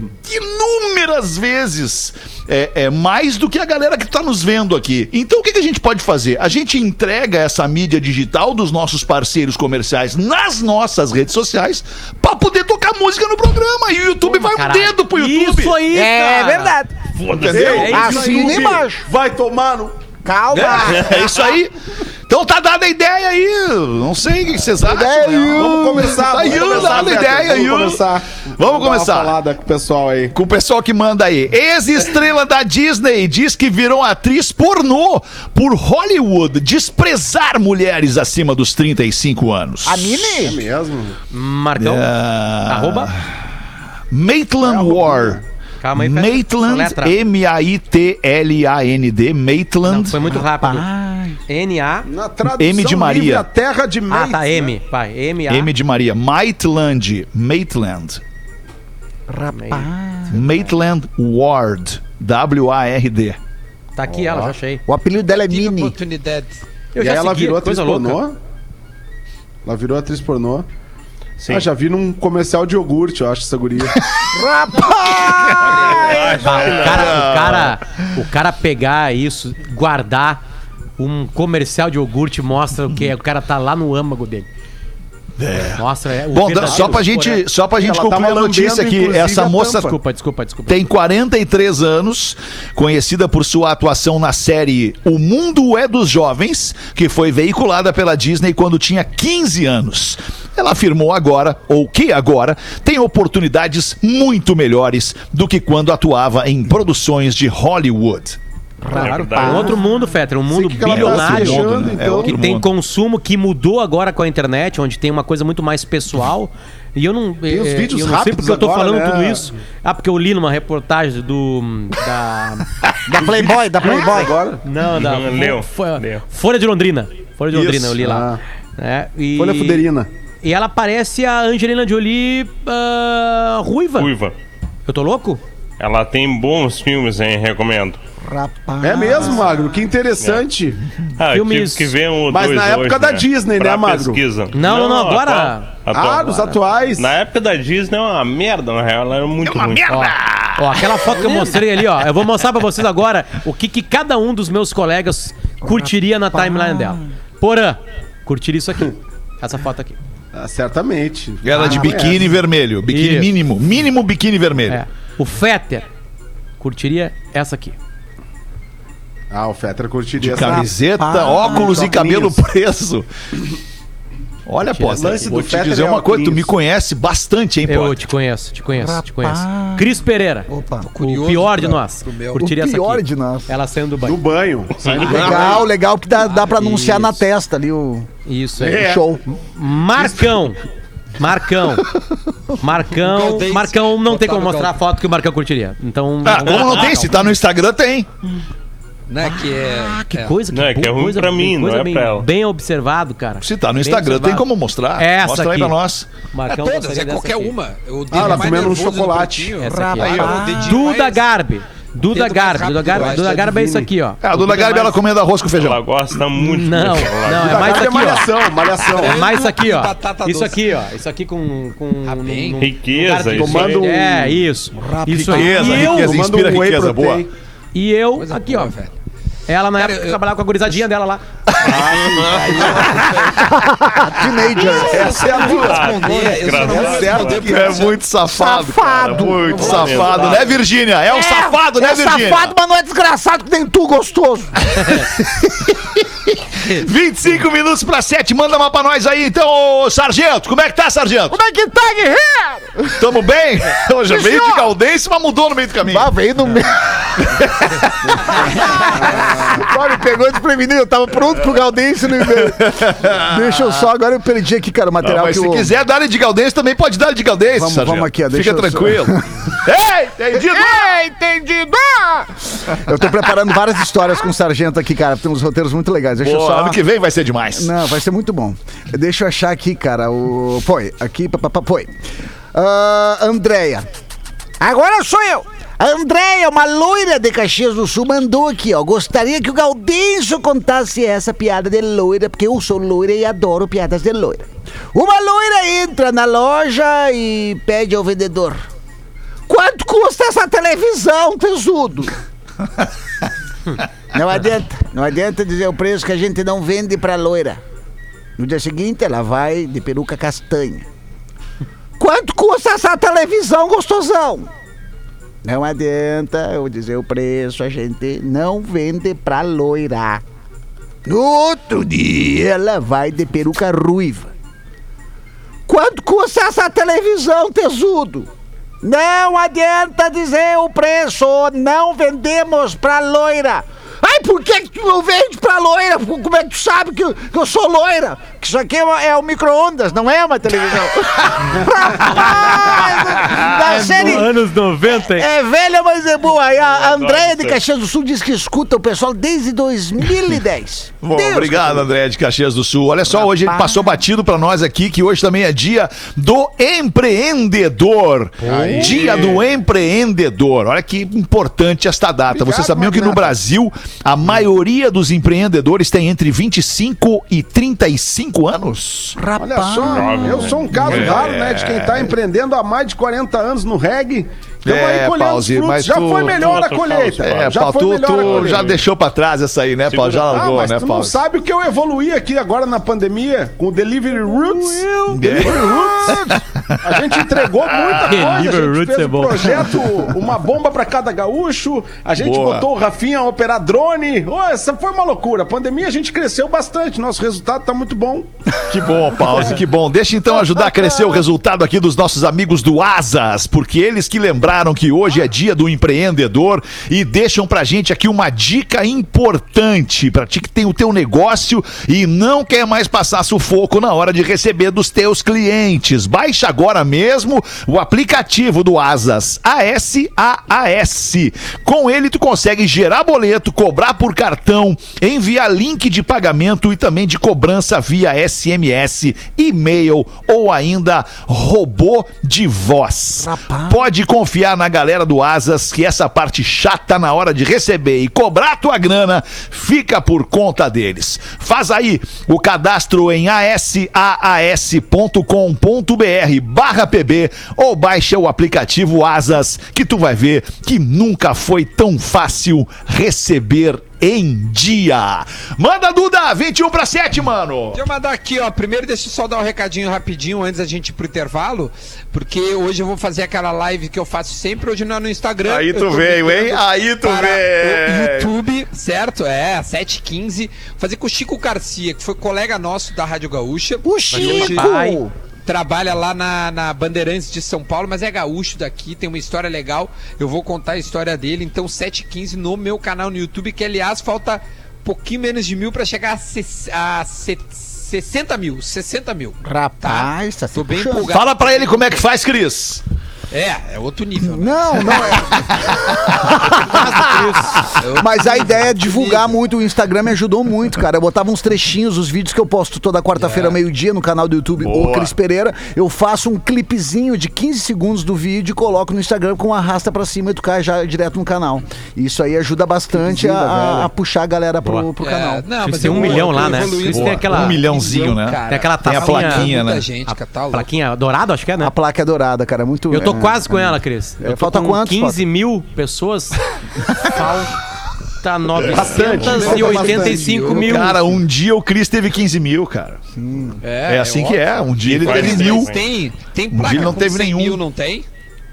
inúmeras vezes é, é, mais do que a galera que está nos vendo aqui. Então o que, que a gente pode fazer? A gente entrega essa mídia digital dos nossos parceiros comerciais nas nossas redes sociais para poder tocar música no programa. E o YouTube vai um Caralho. dedo pro YouTube. Isso aí, É cara. verdade. Entendeu? É isso Assina embaixo. Vai tomar no... Calma. É isso aí. Então tá dada a ideia aí. Não sei o que vocês acham. Ideia aí. né? Vamos começar. Tá aí, vamos começar, dada a Beto, ideia aí. Vamos começar. Vamos dar uma começar. falada com o pessoal aí. Com o pessoal que manda aí. Ex-estrela da Disney diz que virou atriz pornô por Hollywood desprezar mulheres acima dos trinta e cinco anos. A É Nini? mesmo? Marcão. Ah, Arroba. Maitland War. Calma aí, Feta. Maitland, Soletra. M A I T L A N D. Não, Maitland. foi muito rápido. N A. Na tradução M de Maria. livre, a terra de Ah, Mates, tá. né? M. Vai. M A. M de Maria. Maitland. Maitland. Maitland Ward. W A R D. Tá aqui ela, já achei. O apelido dela é Tive Mini. oportunidade. Eu E já aí ela segui, virou atriz coisa pornô? louca. Ela virou atriz pornô? Sim. Ah, já vi num comercial de iogurte, eu acho, essa guria. Ah, o cara, o cara, o cara pegar isso, guardar um comercial de iogurte mostra o que? O cara tá lá no âmago dele. Mostra, é, o Bom, verdadeiro só pra porém. gente, só pra gente Ela tava concluir a notícia lambendo, aqui, inclusive, essa a moça tampa. Desculpa, desculpa, desculpa. tem quarenta e três anos, conhecida por sua atuação na série O Mundo é dos Jovens, que foi veiculada pela Disney quando tinha quinze anos. Ela afirmou agora, ou que agora, tem oportunidades muito melhores do que quando atuava em produções de Hollywood. Claro, verdade. um outro mundo, Fetter, um mundo que ela tá bilionário. se achando, né? É então. outro Que tem mundo. consumo, que mudou agora com a internet, onde tem uma coisa muito mais pessoal. E eu não, Tem os é, vídeos eu não sei rápidos porque eu tô agora, falando né? tudo isso. Ah, porque eu li numa reportagem do da Da Playboy, da Playboy. Agora? não, da Não, leu, Fo- leu. Folha de Londrina. Folha de Isso. Londrina, eu li lá. É, e, Folha Fuderina. E ela parece a Angelina Jolie ah, ruiva. Ruiva. Eu tô louco? Ela tem bons filmes, hein? Recomendo. Rapaz. É mesmo, Magro? Que interessante. Ah, eu tive Filmes- que ver um ou Mas dois na época hoje, da Disney, né, pra Magro? pesquisa. Não, não, não, agora- atual- atual. Ah, dos atuais. Na época da Disney é uma merda, na real. Ela era muito ruim. Ó, ó, aquela foto que eu mostrei ali, ó. Eu vou mostrar pra vocês agora o que, que cada um dos meus colegas curtiria na timeline dela. Porã, curtiria isso aqui. Essa foto aqui. Ah, certamente. Ela de Ah, biquíni é. vermelho. Biquíni Isso. mínimo. Mínimo biquíni vermelho. É. O Fetter curtiria essa aqui. Ah, o Fetter curtiria De essa. camiseta, Rapaz. óculos e Óculos. cabelo preso. Olha, pô, lance vou do te Fetter dizer é uma coisa, tu óculos. me conhece bastante, hein, Eu pô? te conheço, te conheço, te conheço. Rapaz. Cris Pereira. Opa. O Curioso pior de pra- nós. pro meu. Curtiria O essa pior aqui. de nós. Ela saindo do No banho. banho. Legal, legal que dá, dá pra anunciar Isso. na testa ali o, Isso aí. É. o show. Marcão. Marcão. Marcão. Gaudense. Marcão não tem Botar como no mostrar a Gaudense. foto que o Marcão curtiria. Então. Ah, como não tem? Se tá no Instagram, tem. Né, que é, Ah, que é. coisa, que, Não, é que é ruim coisa, pra mim, coisa não é bem, pra ela. bem observado, cara. Se tá no Bem Instagram, tem observado. como mostrar. Essa Mostra aí aqui. pra nós. É Marcão todas, gostaria é dessa qualquer aqui. uma. O dedo Ah, ela mais comendo um nervoso do chocolate. Pretinho. Essa aqui, ó. Aí, ó, o dedinho Duda mais- Garbi. Duda Dedo mais Garbi. rápido, Duda Garbi, eu acho, Duda da Garbi é isso Divine. aqui, ó. É, a Duda Garbi, ela comendo arroz com feijão. Ela gosta muito Não, de chocolate. não, é Da mais Garbi aqui, ó. malhação, malhação. É mais isso aqui, ó. Batata Isso doce. aqui, ó. Isso aqui com. com Ah, bem. num- num- Riqueza, num lugar isso Tomando aí. um- É, isso. Isso aí. Riqueza, E eu, riqueza, Tomando inspira um whey riqueza, boa. protein. e eu Coisa aqui, boa, ó. velho. Ela na Cara, época eu- trabalhava com a gurizadinha dela lá. Teenager. Essa é a Duda. Responder, eu só não vou Essa é a responder Duda. por É isso. muito safado, Safado. cara. Muito Eu vou safado, lembrar. né, Virgínia? É um safado, né, É Virgínia? safado, mas não é desgraçado que nem tu, gostoso. vinte e cinco minutos pra sete, manda uma pra nós aí, então, ô, sargento. Como é que tá, sargento? Como é que tá, guerreiro? Tamo bem? Hoje Sim, veio de senhor. Caldense, mas mudou no meio do caminho. Ah, veio no meio. Só me pegou desprevenido, eu tava pronto pro Galdense no e-mail. Deixa eu só, agora eu perdi aqui, cara, o Não, material mas que se eu... quiser dar de Galdense, também pode dar de Galdense, Vamos- sargento. vamos aqui, ó, deixa Fica eu só- tranquilo. Ei, entendido? É, entendido! Eu tô preparando várias histórias com o sargento aqui, cara. Tem uns roteiros muito legais. Deixa eu Pô, só... ano que vem vai ser demais. Não, vai ser muito bom. Deixa eu achar aqui, cara. O... Foi, aqui, papapá, foi. Ah, Andréia. Agora sou eu. A Andréia, uma loira de Caxias do Sul, mandou aqui, ó. Gostaria que o Gaudêncio contasse essa piada de loira, porque eu sou loira e adoro piadas de loira. Uma loira entra na loja e pede ao vendedor: quanto custa essa televisão, tesudo? Não adianta, não adianta dizer o preço que a gente não vende pra loira. No dia seguinte, ela vai de peruca castanha. Quanto custa essa televisão, gostosão? Não adianta eu dizer o preço, a gente não vende pra loira. No outro dia, ela vai de peruca ruiva. Quanto custa essa televisão, tesudo? Não adianta dizer o preço, não vendemos pra loira. Ai, por que que tu não vende pra loira? Como é que tu sabe que eu, que eu sou loira? Que isso aqui é, uma, é um micro-ondas, não é uma televisão. Rapaz, da série... Anos noventa, hein? É velha, mas é boa. Aí a adoro Andréia de isso aí. Caxias do Sul diz que escuta o pessoal desde dois mil e dez. Bom, Deus obrigado, que- André de Caxias do Sul. Olha só, hoje ele Rapaz. passou batido pra nós aqui que hoje também é dia do empreendedor. Dia do empreendedor. Olha que importante esta data. Obrigado, Vocês sabiam que no Magnata. Brasil a maioria dos empreendedores tem entre vinte e cinco e trinta e cinco anos? Olha só, eu sou um caso É. raro, né, de quem tá empreendendo há mais de quarenta anos no reggae. Então É, aí colhendo os Pause, frutos. mas Já tu- foi melhor tu- a tu- colheita. tu- É, já Paulo, foi tu, melhor a tu colheita. já deixou pra trás essa aí, né, Paulo? Já Ah, largou, mas né, tu Paulo? não sabe o que eu evoluí aqui agora na pandemia com o Delivery Roots. Delivery Roots. A gente entregou muita coisa. A Delivery gente Roots fez é um bom. projeto, uma bomba pra cada gaúcho. A gente Boa. botou o Rafinha a operar drone. Oh, essa foi uma loucura. A pandemia a gente cresceu bastante. Nosso resultado tá muito bom. Que bom, Pause, que bom. Deixa então ajudar a crescer o resultado aqui dos nossos amigos do Asas, porque eles que lembraram que hoje é dia do empreendedor e deixam pra gente aqui uma dica importante pra ti que tem o teu negócio e não quer mais passar sufoco na hora de receber dos teus clientes. Baixa agora mesmo o aplicativo do Asas, A S A A S. Com ele tu consegue gerar boleto, cobrar por cartão, enviar link de pagamento e também de cobrança via S M S, e-mail ou ainda robô de voz. Pode confiar na galera do Asas que essa parte chata na hora de receber e cobrar tua grana fica por conta deles. Faz aí o cadastro em asaas.com.br barra pb ou baixa o aplicativo Asas que tu vai ver que nunca foi tão fácil receber em dia. Manda, Duda, vinte e um para sete, mano. Deixa eu mandar aqui, ó. Primeiro, deixa eu só dar um recadinho rapidinho antes da gente ir pro intervalo, porque hoje eu vou fazer aquela live que eu faço sempre, hoje não é no Instagram. Aí Eu tu tô veio, hein? migrando Aí tu para veio. o YouTube, certo? É, sete e quinze. Fazer com o Chico Garcia, que foi colega nosso da Rádio Gaúcha. O A gente Chico! trabalha lá na, na Bandeirantes de São Paulo, mas é gaúcho daqui, tem uma história legal. Eu vou contar a história dele, então sete e quinze no meu canal no YouTube, que aliás falta pouquinho menos de mil para chegar a, se, a se, sessenta mil, sessenta mil. Rapaz, tá, Tô bem puxando. empolgado. Fala pra ele como é que faz, Cris. É, é outro nível. Né? Não, não é. Mas a ideia é divulgar muito o Instagram, me ajudou muito, cara. Eu botava uns trechinhos, os vídeos que eu posto toda quarta-feira, É. meio-dia, no canal do YouTube, Boa. o Cris Pereira. Eu faço um clipezinho de quinze segundos do vídeo e coloco no Instagram com arrasta pra cima e tu cai já direto no canal. Isso aí ajuda bastante a, a- a puxar a galera pro, pro É, canal. não, Cris mas tem eu um vou- milhão eu lá, tô né? evoluindo. Cris tem aquela- Um milhãozinho, né? Cara, Tem aquela Tem a tacinha, plaquinha, né? Muita gente, cara, tá louco. plaquinha dourada, acho que é, né? A placa é dourada, cara. É muito. Eu tô é, quase com é, ela, Cris. É, Eu tô falta com quantos, quinze mil pessoas. Falta novecentos e oitenta e cinco mil. Cara, um dia o Cris teve quinze mil, cara. É, assim que é. Um dia ele Vai teve ser, mil. vai. Tem, tem Um placa dia não com teve cem nenhum. mil, não tem?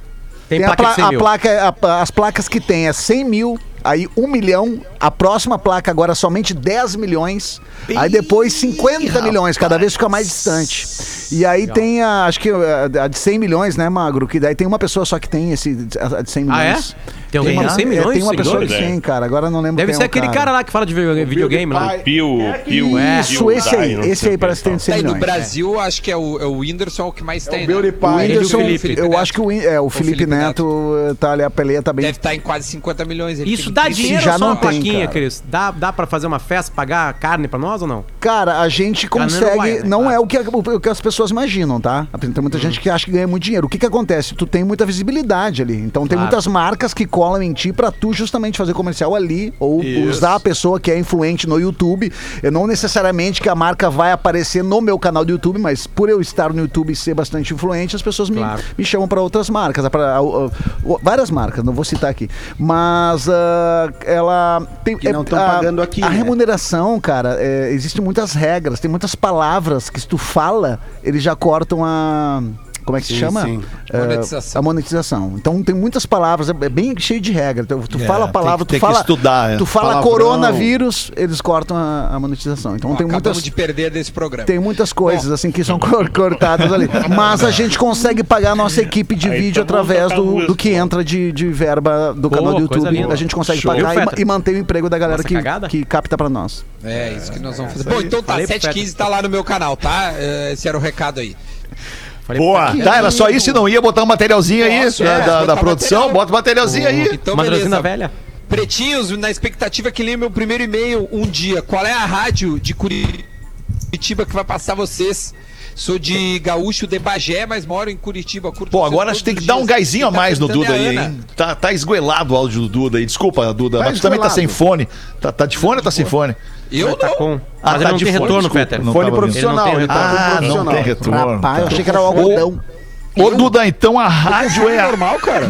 Tem Tem a, placa pla- de cem a mil. placa, a- as placas que tem é cem mil, aí um milhão, a próxima placa agora somente dez milhões, aí depois cinquenta milhões, cada vez fica mais distante. E aí tem a, acho que a, a de cem milhões, né, Magro? Que daí tem uma pessoa só que tem esse, a de cem Ah, é? milhões. Tem alguém uma, com cem é, milhões tem uma de pessoa que seguidores? tem, cara, agora não lembro Deve quem ser é o aquele cara lá que fala de vi- videogame lá. Pio, Pio, Isso, Pio esse Dai, aí, não esse sei aí o parece que tem de cem Daí no milhões. Brasil, acho que é o, é o Whindersson é o que mais tem, O Beauty né? Pie. O Ele e o Whindersson, Felipe. eu acho que o, Whin- é, o Felipe, Felipe Neto, tá ali, a peleia tá bem. Deve estar em quase cinquenta milhões. Ele Isso tem dá trinta. dinheiro já ou só não uma tem, plaquinha, cara. Cris? Dá, dá pra fazer uma festa, pagar carne pra nós ou não? Cara, a gente Tá no consegue. Uruguai, né? Não Claro. é o que, o que as pessoas imaginam, tá? Tem muita gente que acha que ganha muito dinheiro. O que que acontece? Tu tem muita visibilidade ali. Então tem Claro. muitas marcas que colam em ti pra tu justamente fazer comercial ali ou usar a pessoa que é influente no YouTube. Eu não necessariamente que a marca vai aparecer no meu canal do YouTube, mas por eu estar no YouTube e ser bastante influente, as pessoas me, Claro. me chamam pra outras marcas, pra, uh, uh, várias marcas, não vou citar aqui. Mas uh, ela tem Que não tão a- pagando aqui, A né? remuneração, cara, é, existem muitas regras, tem muitas palavras que se tu fala, eles já cortam a... Como é que se Sim, chama? sim. É, Monetização. a monetização. Então tem muitas palavras, é é bem cheio de regra. Tu, tu É, fala a tem palavra, que- tem tu que fala. estudar, é. Tu fala Palavrão. coronavírus, eles cortam a, a monetização. Então Ó, tem acabamos muitas. de perder desse programa. Tem muitas coisas assim que são cor- cortadas ali. Mas a gente consegue pagar a nossa equipe de Aí vídeo tá bom através tocar do, música, do que mano. entra de, de verba do Pô, canal do coisa YouTube. linda. A gente consegue Show. pagar Viu, e, ma- Feta? e manter o emprego da galera Nossa que, cagada? que capta pra nós. É, isso que nós vamos fazer. Bom, então tá, Falei pro sete e quinze Feta. tá lá no meu canal, tá? É, esse era o recado aí. Falei Boa. pra- Tá, era só isso e não ia botar um materialzinho aí Posso, da, é, da- botar da produção? material. Bota o materialzinho aí. Então, Madrozina beleza. velha. Pretinhos, na expectativa que leia meu primeiro e-mail um dia. Qual é a rádio de Curitiba que vai passar vocês? Sou de Gaúcho de Bagé, mas moro em Curitiba. Curto Pô, vocês agora a todos gente tem que os dar um dias. gásinho a Quem tá mais no perguntando Duda é a aí, Ana. hein? Tá, tá esgoelado o áudio do Duda aí. Desculpa, Duda, Tá mas tu também tá esgoelado. sem fone. Tá, tá de fone ou tá sem fone? Eu Tá não. com. Ah, Mas ele tá não de tem fone, retorno, desculpa, Peter. não Fone tava ouvindo. profissional. Ele não Ele tem tá com Ah, não profissional. tem retorno. Rapaz, eu tá. achei que era o algodão. Ô, Duda, então a rádio é a... normal, cara.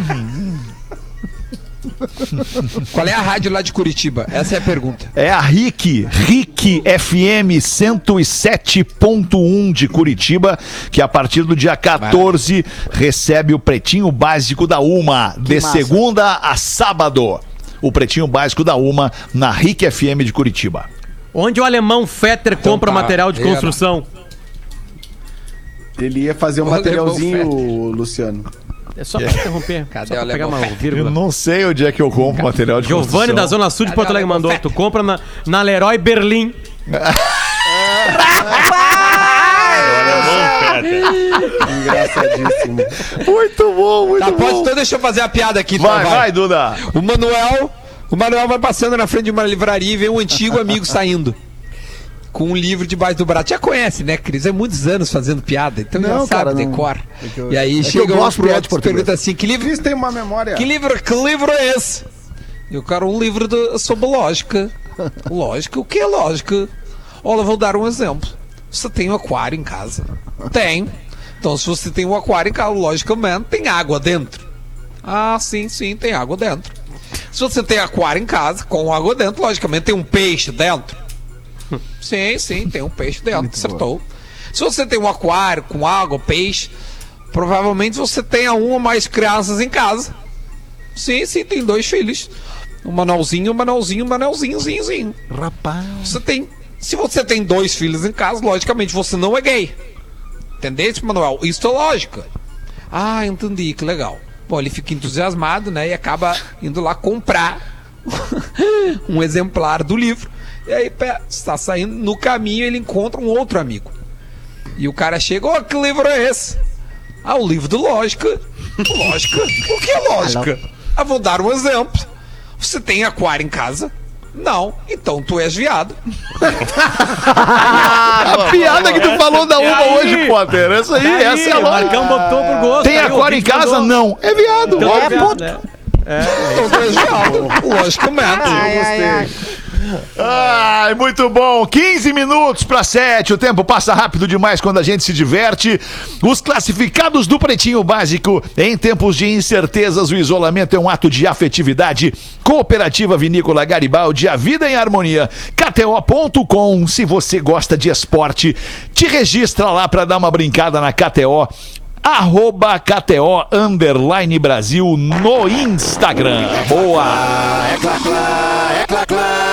Qual é a rádio lá de Curitiba? Essa é a pergunta. É a R I C, R I C F M cento e sete ponto um de Curitiba, que a partir do dia quatorze recebe o Pretinho Básico da Uma, de massa. segunda a sábado. O Pretinho Básico da Uma na R I C F M de Curitiba. Onde o alemão Fetter compra tá. material de Era. construção? Ele ia fazer um Olha, materialzinho, Luciano. É só pra interromper. Cadê só pra o pegar uma alemão Fetter? Eu vírgula. não sei onde é que eu compro material de Giovanni construção. da Zona Sul de Cadê Porto o Alegre alemão mandou. Fetter? Tu compra na, na Leroy Berlim. Engraçadíssimo. Muito bom, muito Tá, bom. pode, então deixa eu fazer a piada aqui. Vai, então, vai, Duda. O Manuel, o Manuel vai passando na frente de uma livraria e vê um antigo amigo saindo. Com um livro debaixo do braço. Já conhece, né, Cris? É muitos anos fazendo piada, então já Não, sabe, cara, não. decora. É que eu- E aí é que chega eu um gosto pro de piada outro de e português. pergunta assim: que livro, Cris tem uma memória. que livro, que livro é esse? Eu quero um livro de- sobre lógica. Lógica? O que é lógica? Olha, vou dar um exemplo. Você tem um aquário em casa? Tem. Então, se você tem um aquário em casa, logicamente tem água dentro. Ah, sim, sim, tem água dentro. Se você tem aquário em casa, com água dentro, logicamente tem um peixe dentro. Sim, sim, tem um peixe dentro, acertou. Se você tem um aquário com água, peixe, provavelmente você tenha um ou mais crianças em casa. Sim, sim, tem dois filhos. Um Manuelzinho, um Manuelzinho, um Manuelzinho, zinho, zinho. Rapaz. Você tem, se você tem dois filhos em casa, logicamente você não é gay. Entendeste, Manuel? Isso é lógica. Ah, entendi, que legal. Bom, ele fica entusiasmado, né? E acaba indo lá comprar um exemplar do livro. E aí, pé, está saindo no caminho, ele encontra um outro amigo. E o cara chega, ó, oh, que livro é esse? Ah, o livro de lógica. Lógica? O que é lógica? Ah, vou dar um exemplo. Você tem aquário em casa? Não, então tu és viado. A piada que tu falou da uma hoje, Potter. Essa aí, essa é a O Marcão botou por gosto. Tem aí, aquário em casa? Não. É viado. Então, Ó, é viado, né? É, Então tu és viado. Logicamente. Ai, ai, ai. Ai, muito bom. quinze minutos para sete. O tempo passa rápido demais quando a gente se diverte. Os classificados do Pretinho Básico. Em tempos de incertezas, o isolamento é um ato de afetividade. Cooperativa Vinícola Garibaldi, a vida em harmonia. K T O ponto com. Se você gosta de esporte, te registra lá para dar uma brincada na K T O. Arroba K T O underline Brasil no Instagram. Boa! É clá, clá, é clá, clá.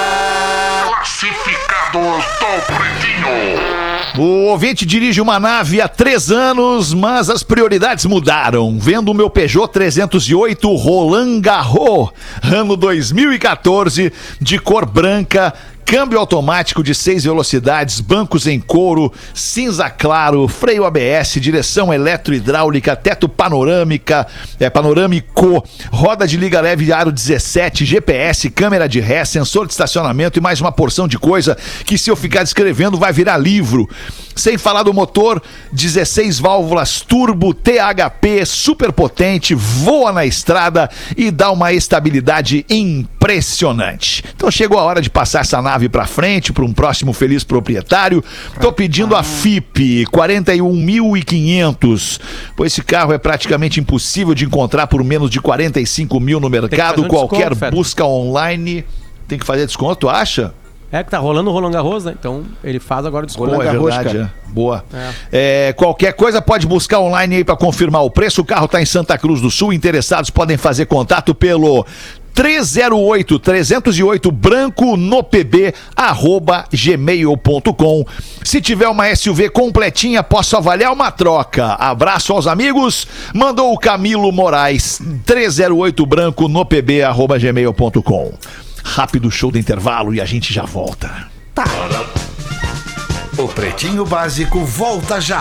Classificados do Pretinho. O ouvinte dirige uma nave há três anos, mas as prioridades mudaram. Vendo o meu Peugeot trezentos e oito Roland Garros, ano dois mil e quatorze, de cor branca, câmbio automático de seis velocidades, bancos em couro, cinza claro, freio A B S, direção eletro-hidráulica, teto panorâmica, é, panorâmico, roda de liga leve aro dezessete, G P S, câmera de ré, sensor de estacionamento e mais uma porção de coisa que, se eu ficar descrevendo, vai virar livro. Sem falar do motor, dezesseis válvulas turbo, T H P, super potente, voa na estrada e dá uma estabilidade impressionante. Então chegou a hora de passar essa nave para frente, para um próximo feliz proprietário. Tô pedindo a F I P, quarenta e um mil e quinhentos, pois esse carro é praticamente impossível de encontrar por menos de quarenta e cinco mil no mercado. Um Qualquer desconto, busca online tem que fazer desconto, tu acha? É que tá rolando o Roland Garros, né? Então ele faz agora o desconto. Boa, é verdade, é. Boa. É. É, qualquer coisa pode buscar online aí para confirmar o preço. O carro tá em Santa Cruz do Sul. Interessados podem fazer contato pelo três zero oito, trezentos e oito branco no pb arroba gmail ponto com. Se tiver uma S U V completinha, posso avaliar uma troca. Abraço aos amigos. Mandou o Camilo Moraes, três zero oito branco no pb arroba gmail ponto com. Rápido show do intervalo e a gente já volta. Tá. O Pretinho Básico volta já.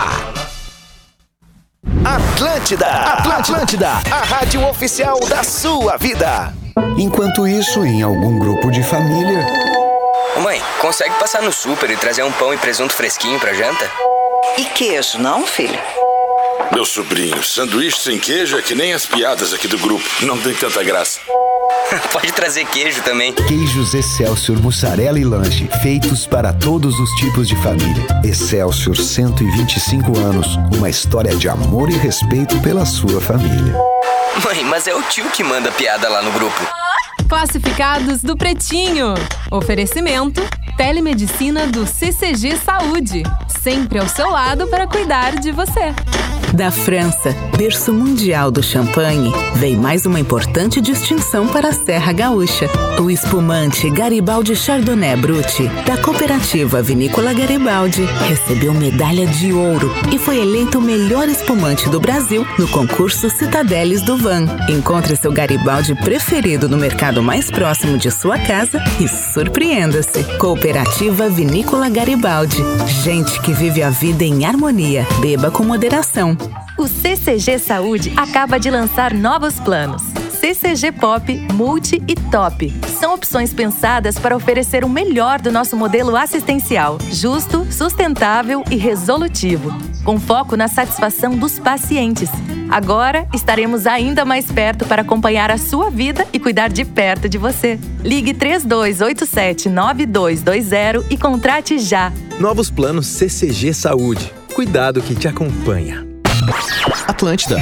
Atlântida, Atlântida, a rádio oficial da sua vida. Enquanto isso, em algum grupo de família... Mãe, consegue passar no super e trazer um pão e presunto fresquinho pra janta? E queijo, não, filho? Meu sobrinho, sanduíche sem queijo é que nem as piadas aqui do grupo. Não tem tanta graça. Pode trazer queijo também. Queijos Excelsior, mussarela e lanche, feitos para todos os tipos de família. Excelsior, cento e vinte e cinco anos, uma história de amor e respeito pela sua família. Mãe, mas é o tio que manda piada lá no grupo. Classificados do Pretinho. Oferecimento Telemedicina do C C G Saúde. Sempre ao seu lado para cuidar de você. Da França, berço mundial do champanhe, vem mais uma importante distinção para a Serra Gaúcha. O espumante Garibaldi Chardonnay Brut, da cooperativa Vinícola Garibaldi, recebeu medalha de ouro e foi eleito o melhor espumante do Brasil no concurso Citadeles do Van. Encontre seu Garibaldi preferido no mercado mais próximo de sua casa e surpreenda-se. Cooperativa Vinícola Garibaldi. Gente que vive a vida em harmonia. Beba com moderação. O C C G Saúde acaba de lançar novos planos. C C G Pop, Multi e Top. São opções pensadas para oferecer o melhor do nosso modelo assistencial. Justo, sustentável e resolutivo. Com foco na satisfação dos pacientes. Agora estaremos ainda mais perto para acompanhar a sua vida e cuidar de perto de você. Ligue três dois oito sete, nove dois dois zero e contrate já. Novos planos C C G Saúde. Cuidado que te acompanha. Atlântida.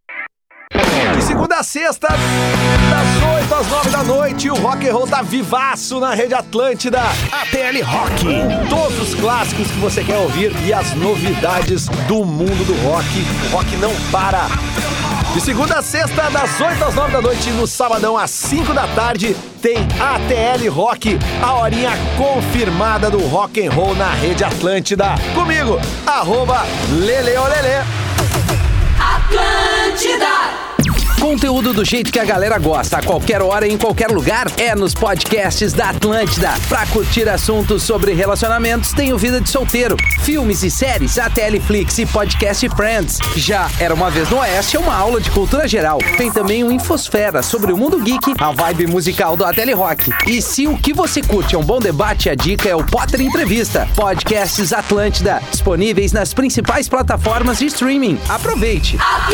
De segunda a sexta, das oito às nove da noite, o rock and roll tá vivaço na Rede Atlântida. A T L Rock. Todos os clássicos que você quer ouvir e as novidades do mundo do rock. O rock não para. De segunda a sexta, das oito às nove da noite, no sabadão às cinco da tarde, tem A T L Rock, a horinha confirmada do rock and roll na Rede Atlântida. Comigo, arroba Leleolele. Atlântida. Conteúdo do jeito que a galera gosta, a qualquer hora e em qualquer lugar, é nos podcasts da Atlântida. Pra curtir assuntos sobre relacionamentos, tem o Vida de Solteiro, filmes e séries, A T L Flix e Podcast Friends. Já Era Uma Vez no Oeste é uma aula de cultura geral. Tem também o Infosfera sobre o mundo geek, a vibe musical do A T L Rock. E se o que você curte é um bom debate, a dica é o Potter Entrevista. Podcasts Atlântida, disponíveis nas principais plataformas de streaming. Aproveite!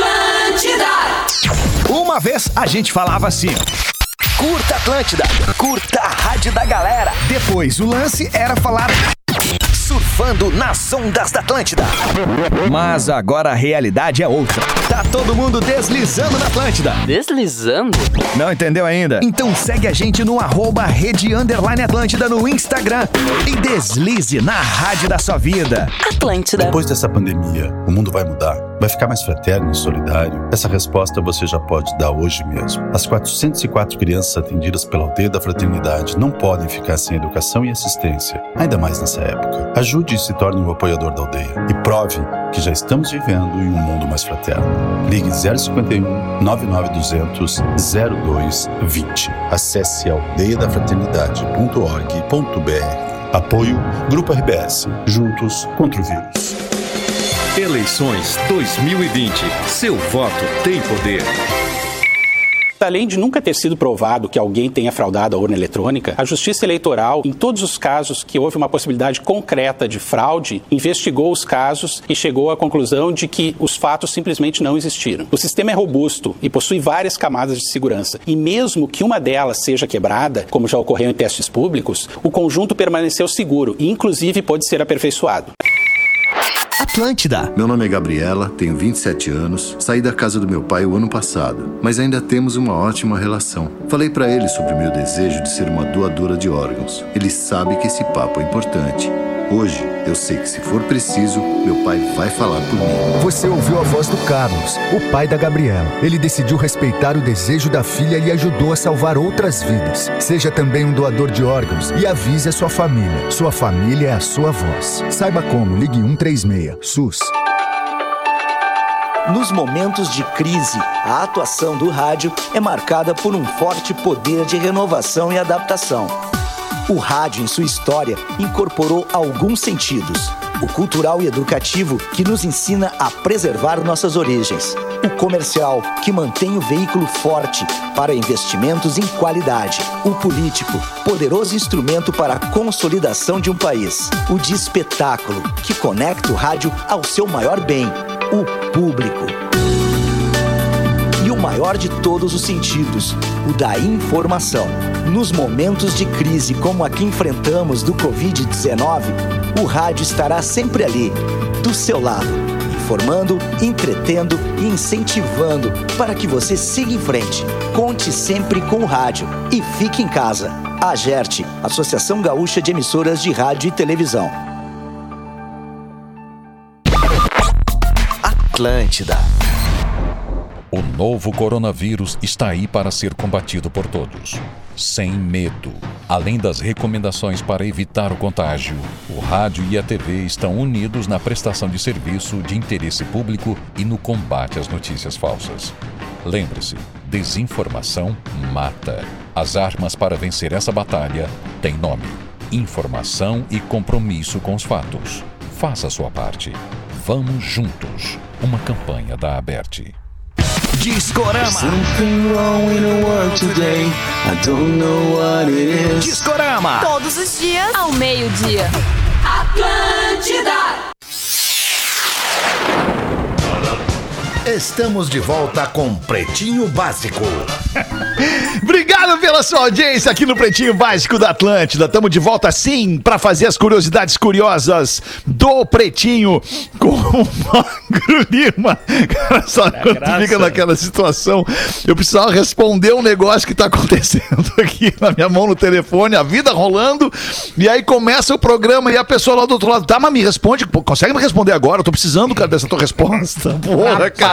Atlântida! Uma vez a gente falava assim: curta Atlântida, curta a rádio da galera. Depois o lance era falar surfando nas ondas da Atlântida. Mas agora a realidade é outra. Tá todo mundo deslizando na Atlântida. Deslizando? Não entendeu ainda? Então segue a gente no arroba rede underline Atlântida no Instagram e deslize na rádio da sua vida. Atlântida. Depois dessa pandemia, o mundo vai mudar. Vai ficar mais fraterno e solidário? Essa resposta você já pode dar hoje mesmo. As quatrocentas e quatro crianças atendidas pela Aldeia da Fraternidade não podem ficar sem educação e assistência, ainda mais nessa época. Ajude e se torne um apoiador da aldeia. E prove que já estamos vivendo em um mundo mais fraterno. Ligue zero cinquenta e um, nove nove duzentos, zero dois vinte. Acesse aldeia da fraternidade ponto org ponto br. Apoio Grupo R B S. Juntos contra o vírus. Eleições dois mil e vinte. Seu voto tem poder. Além de nunca ter sido provado que alguém tenha fraudado a urna eletrônica, a Justiça Eleitoral, em todos os casos que houve uma possibilidade concreta de fraude, investigou os casos e chegou à conclusão de que os fatos simplesmente não existiram. O sistema é robusto e possui várias camadas de segurança. E mesmo que uma delas seja quebrada, como já ocorreu em testes públicos, o conjunto permaneceu seguro e, inclusive, pode ser aperfeiçoado. Atlântida. Meu nome é Gabriela, tenho vinte e sete anos, saí da casa do meu pai o ano passado, mas ainda temos uma ótima relação. Falei pra ele sobre o meu desejo de ser uma doadora de órgãos. Ele sabe que esse papo é importante. Hoje, eu sei que se for preciso, meu pai vai falar por mim. Você ouviu a voz do Carlos, o pai da Gabriela. Ele decidiu respeitar o desejo da filha e ajudou a salvar outras vidas. Seja também um doador de órgãos e avise a sua família. Sua família é a sua voz. Saiba como, ligue um três seis, S U S. Nos momentos de crise, a atuação do rádio é marcada por um forte poder de renovação e adaptação. O rádio, em sua história, incorporou alguns sentidos. O cultural e educativo, que nos ensina a preservar nossas origens. O comercial, que mantém o veículo forte para investimentos em qualidade. O político, poderoso instrumento para a consolidação de um país. O de espetáculo, que conecta o rádio ao seu maior bem, o público. E o maior de todos os sentidos, o da informação. Nos momentos de crise como a que enfrentamos do covid dezenove, o rádio estará sempre ali, do seu lado, informando, entretendo e incentivando para que você siga em frente. Conte sempre com o rádio e fique em casa. A AGERT, Associação Gaúcha de Emissoras de Rádio e Televisão. Atlântida. O novo coronavírus está aí para ser combatido por todos, sem medo. Além das recomendações para evitar o contágio, o rádio e a T V estão unidos na prestação de serviço de interesse público e no combate às notícias falsas. Lembre-se, desinformação mata. As armas para vencer essa batalha têm nome: informação e compromisso com os fatos. Faça a sua parte. Vamos juntos. Uma campanha da Aberte. Discorama. Discorama. Todos os dias ao meio-dia. Atlântida. Estamos de volta com Pretinho Básico. Obrigado pela sua audiência aqui no Pretinho Básico da Atlântida. Estamos de volta sim para fazer as curiosidades curiosas do Pretinho com o Magro Lima. Cara, só quando tu fica naquela situação, eu precisava responder um negócio que tá acontecendo aqui na minha mão no telefone, a vida rolando, e aí começa o programa e a pessoa lá do outro lado, tá, mas me responde, pô, consegue me responder agora? Eu tô precisando, cara, dessa tua resposta. Porra, cara.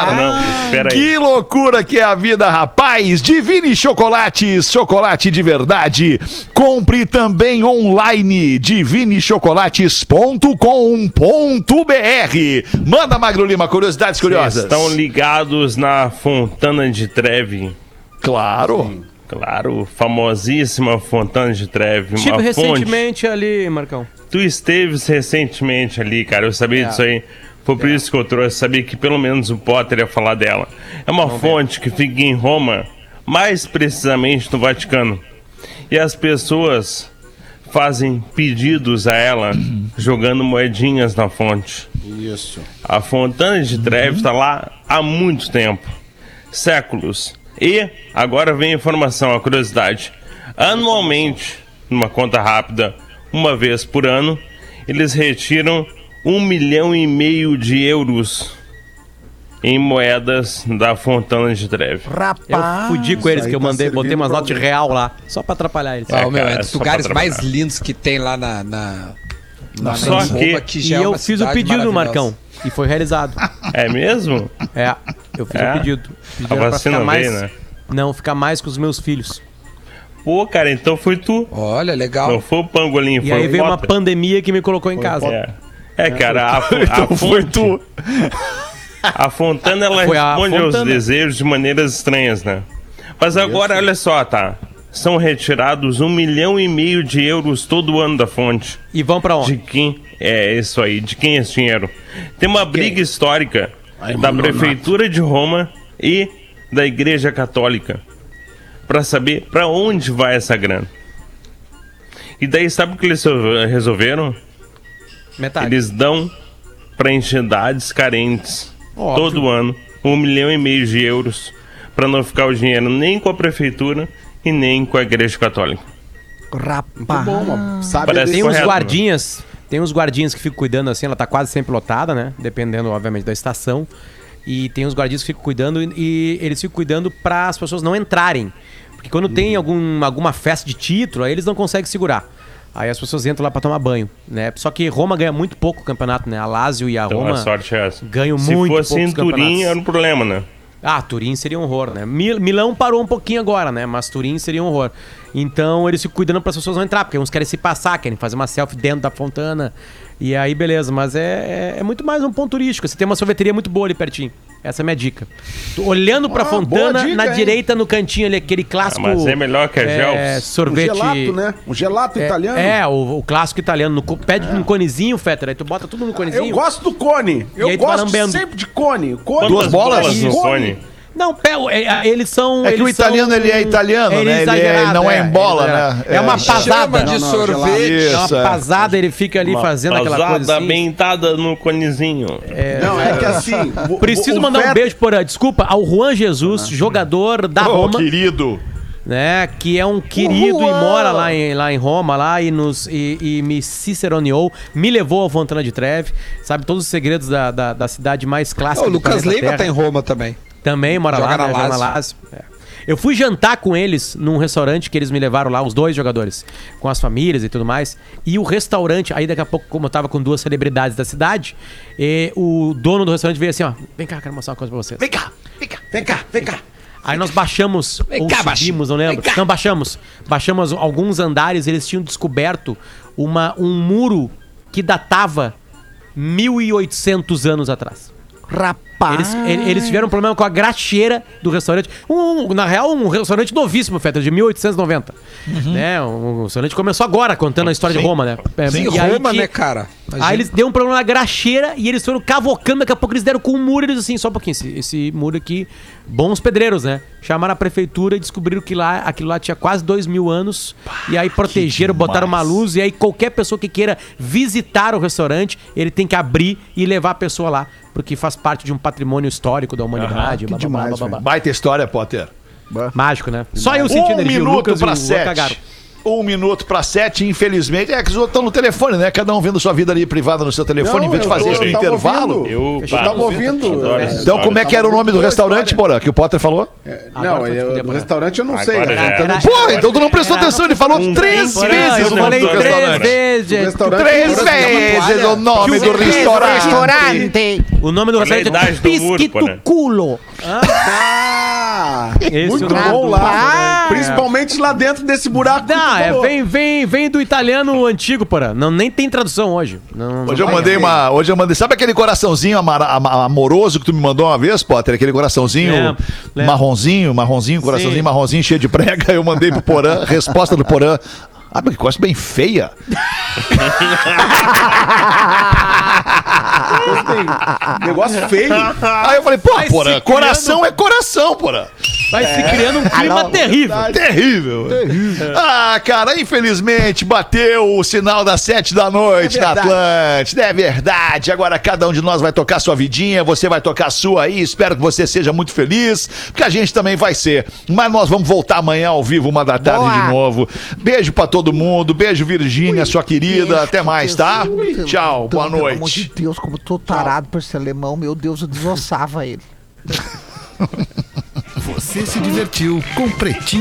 cara. Não, espera aí. Que loucura que é a vida, rapaz. Divine Chocolates, chocolate de verdade. Compre também online, divine chocolates ponto com ponto b r. Manda, Magro Lima, curiosidades curiosas. Vocês estão ligados na Fontana de Trevi? Claro. Sim, claro, famosíssima Fontana de Trevi. Estive uma recentemente fonte. ali, Marcão. Tu esteves recentemente ali, cara. Eu sabia É. disso aí. Foi por é. isso que eu trouxe. Sabia que pelo menos o Potter ia falar dela. É uma Vamos fonte ver. que fica em Roma, mais precisamente no Vaticano. E as pessoas fazem pedidos a ela, jogando moedinhas na fonte. Isso. A Fontana de Trevi está lá há muito tempo. Séculos. E agora vem a informação, a curiosidade. Anualmente, numa conta rápida, uma vez por ano, eles retiram um milhão e meio de euros em moedas da Fontana de Trevi. Rapaz, eu fudi com eles, que eu mandei, tá botei umas notas de real lá, só pra atrapalhar eles. É, ah, meu, é dos é lugares mais lindos que tem lá na... na... Na Só Roma, que, que já e é eu fiz o pedido, Marcão, e foi realizado. É mesmo? É, eu fiz é? o pedido. A vacina ficar mais, veio, né? Não, ficar mais com os meus filhos. Pô, cara, então foi tu. Olha, legal. Não foi o Pangolim, foi E aí o veio Potter. uma pandemia que me colocou em foi casa. É, é cara, a, a, então a foi tu. A Fontana, ela foi responde aos desejos de maneiras estranhas, né? Mas agora, olha só, tá? São retirados um milhão e meio de euros todo ano da fonte. E vão pra onde? De quem? É isso aí, de quem é esse dinheiro? Tem uma briga histórica Ai, da Prefeitura de Roma e da Igreja Católica para saber para onde vai essa grana. E daí sabe o que eles resolveram? Metade. Eles dão para entidades carentes Óbvio. todo ano um milhão e meio de euros para não ficar o dinheiro nem com a Prefeitura e nem com a Igreja Católica. Rapaz. Bom, sabe tem uns guardinhas, né? Tem uns guardinhas que ficam cuidando assim, ela tá quase sempre lotada, né? Dependendo, obviamente, da estação. E tem uns guardinhas que ficam cuidando e, e eles ficam cuidando para as pessoas não entrarem. Porque quando uhum. tem algum, alguma festa de título, aí eles não conseguem segurar. Aí as pessoas entram lá para tomar banho, né? Só que Roma ganha muito pouco o campeonato, né? A Lazio e a então, Roma a sorte é essa. ganham Se muito pouco. Se fosse em Turim, era um problema, né? Ah, Turim seria um horror, né? Mil, Milão parou um pouquinho agora, né? Mas Turim seria um horror. Então eles ficam cuidando para as pessoas não entrar, porque uns querem se passar, querem fazer uma selfie dentro da fontana. E aí, beleza, mas é, é, é muito mais um ponto turístico. Você tem uma sorveteria muito boa ali pertinho. Essa é a minha dica. Tô olhando pra ah, fontana, dica, na hein? direita, no cantinho ali, aquele clássico... Ah, mas é melhor que a é, sorvete... Um gelato, né? Um gelato é, italiano. É, o, o clássico italiano. No, pede é. um conezinho, Fetter, aí tu bota tudo no conezinho. Eu gosto do cone. Eu gosto sempre de cone. cone. Duas bolas, bolas no cone. Não, eles são... É que eles o italiano, são, ele é italiano, ele né? Ele, é, ele não é, é em bola, né? É, é uma pasada. de não, não, sorvete. É uma pasada, ele fica ali uma fazendo aquela coisa assim. bem dada no conezinho. É, não, é que assim... O, Preciso o, mandar o um beijo, por, desculpa, ao Juan Jesus, ah, jogador da oh, Roma. querido. Né, que é um querido e mora lá em, lá em Roma lá, e, nos, e, e me ciceroneou, me levou à Fontana de Trevi, sabe todos os segredos da, da, da cidade mais clássica. O Lucas Leiva tá em Roma também. Também mora Joga lá, na né, Lazio. na Lazio. É. Eu fui jantar com eles num restaurante que eles me levaram lá, os dois jogadores, com as famílias e tudo mais. E o restaurante, aí daqui a pouco, como eu tava com duas celebridades da cidade, e o dono do restaurante veio assim, ó, vem cá, quero mostrar uma coisa pra vocês. Vem cá, vem cá, vem cá, vem cá. Aí nós baixamos, vem ou cá, subimos, não lembro. Não, baixamos. Baixamos alguns andares, eles tinham descoberto uma, um muro que datava mil e oitocentos anos atrás. Rapaz! Eles, eles tiveram um problema com a graxeira do restaurante. Um, um, na real, um restaurante novíssimo, Fetter, de mil oitocentos e noventa. Uhum. Né? Um, um restaurante começou agora, contando a história Sim. de Roma, né? Sim, e Roma, aí, né, cara? Imagina. Aí eles deu um problema na graxeira e eles foram cavocando, daqui a pouco eles deram com um muro e eles assim, só um pouquinho, esse, esse muro aqui, bons pedreiros, né? Chamaram a prefeitura e descobriram que lá, aquilo lá tinha quase dois mil anos. Pá, e aí protegeram, botaram uma luz e aí qualquer pessoa que queira visitar o restaurante, ele tem que abrir e levar a pessoa lá, porque faz parte de um patrimônio histórico da humanidade. Uhum, blá, que blá, demais, blá, blá, blá. Baita história, Potter. Mágico, né? Só eu senti um energia, minuto o Lucas pra e o sete. Cagaram. Um minuto para sete, infelizmente. É que os outros estão no telefone, né? Cada um vendo sua vida ali privada no seu telefone, Não, em vez de eu fazer tô- isso no eu tava intervalo. ouvindo. Eu, Eu tava ouvindo. Então, como é que era o nome do restaurante, Porã, que o Potter falou? Não, eu, do restaurante eu não sei. Agora já Então, era. Pô, então tu não prestou atenção, ele falou três Porã, vezes eu o nome falei do três restaurante. vezes. restaurante Três Porã se chama vezes o nome do restaurante. Restaurante. O nome do Olha a restaurante é idade do muro, Pisquito Porã. Culo. Ah, Esse muito é o nome bom do lá. restaurante. Principalmente lá dentro desse buraco. que Não, tu é, falou. vem, vem, vem do italiano antigo, porra. Não, nem tem tradução hoje. Não, Hoje não eu vai. mandei uma. Hoje eu mandei. Sabe aquele coraçãozinho amara- ama- amoroso que tu me mandou uma vez, Potter? Aquele coraçãozinho Lembro, lembro. marronzinho, marronzinho, coraçãozinho Sim. marronzinho cheio de prega. Eu mandei pro Porã, resposta do Porã. Ah, mas que coisa bem feia. Negócio feio. Aí eu falei, pô, Vai Porã, se coração é coração, Porã. Vai se criando um clima terrível. Terrível. Ah, cara, infelizmente bateu o sinal das sete da noite É na verdade. Atlântida. É verdade. Agora cada um de nós vai tocar sua vidinha, você vai tocar a sua aí. Espero que você seja muito feliz, porque a gente também vai ser. Mas nós vamos voltar amanhã ao vivo, uma da tarde Boa. de novo. Beijo pra todo mundo. Beijo, Virgínia, sua querida. Beijo, Até mais, tá? Deus. Tchau, boa Pelo amor noite. de Deus, como eu tô tarado por esse alemão, meu Deus, eu desossava ele. Você se divertiu com Pretinho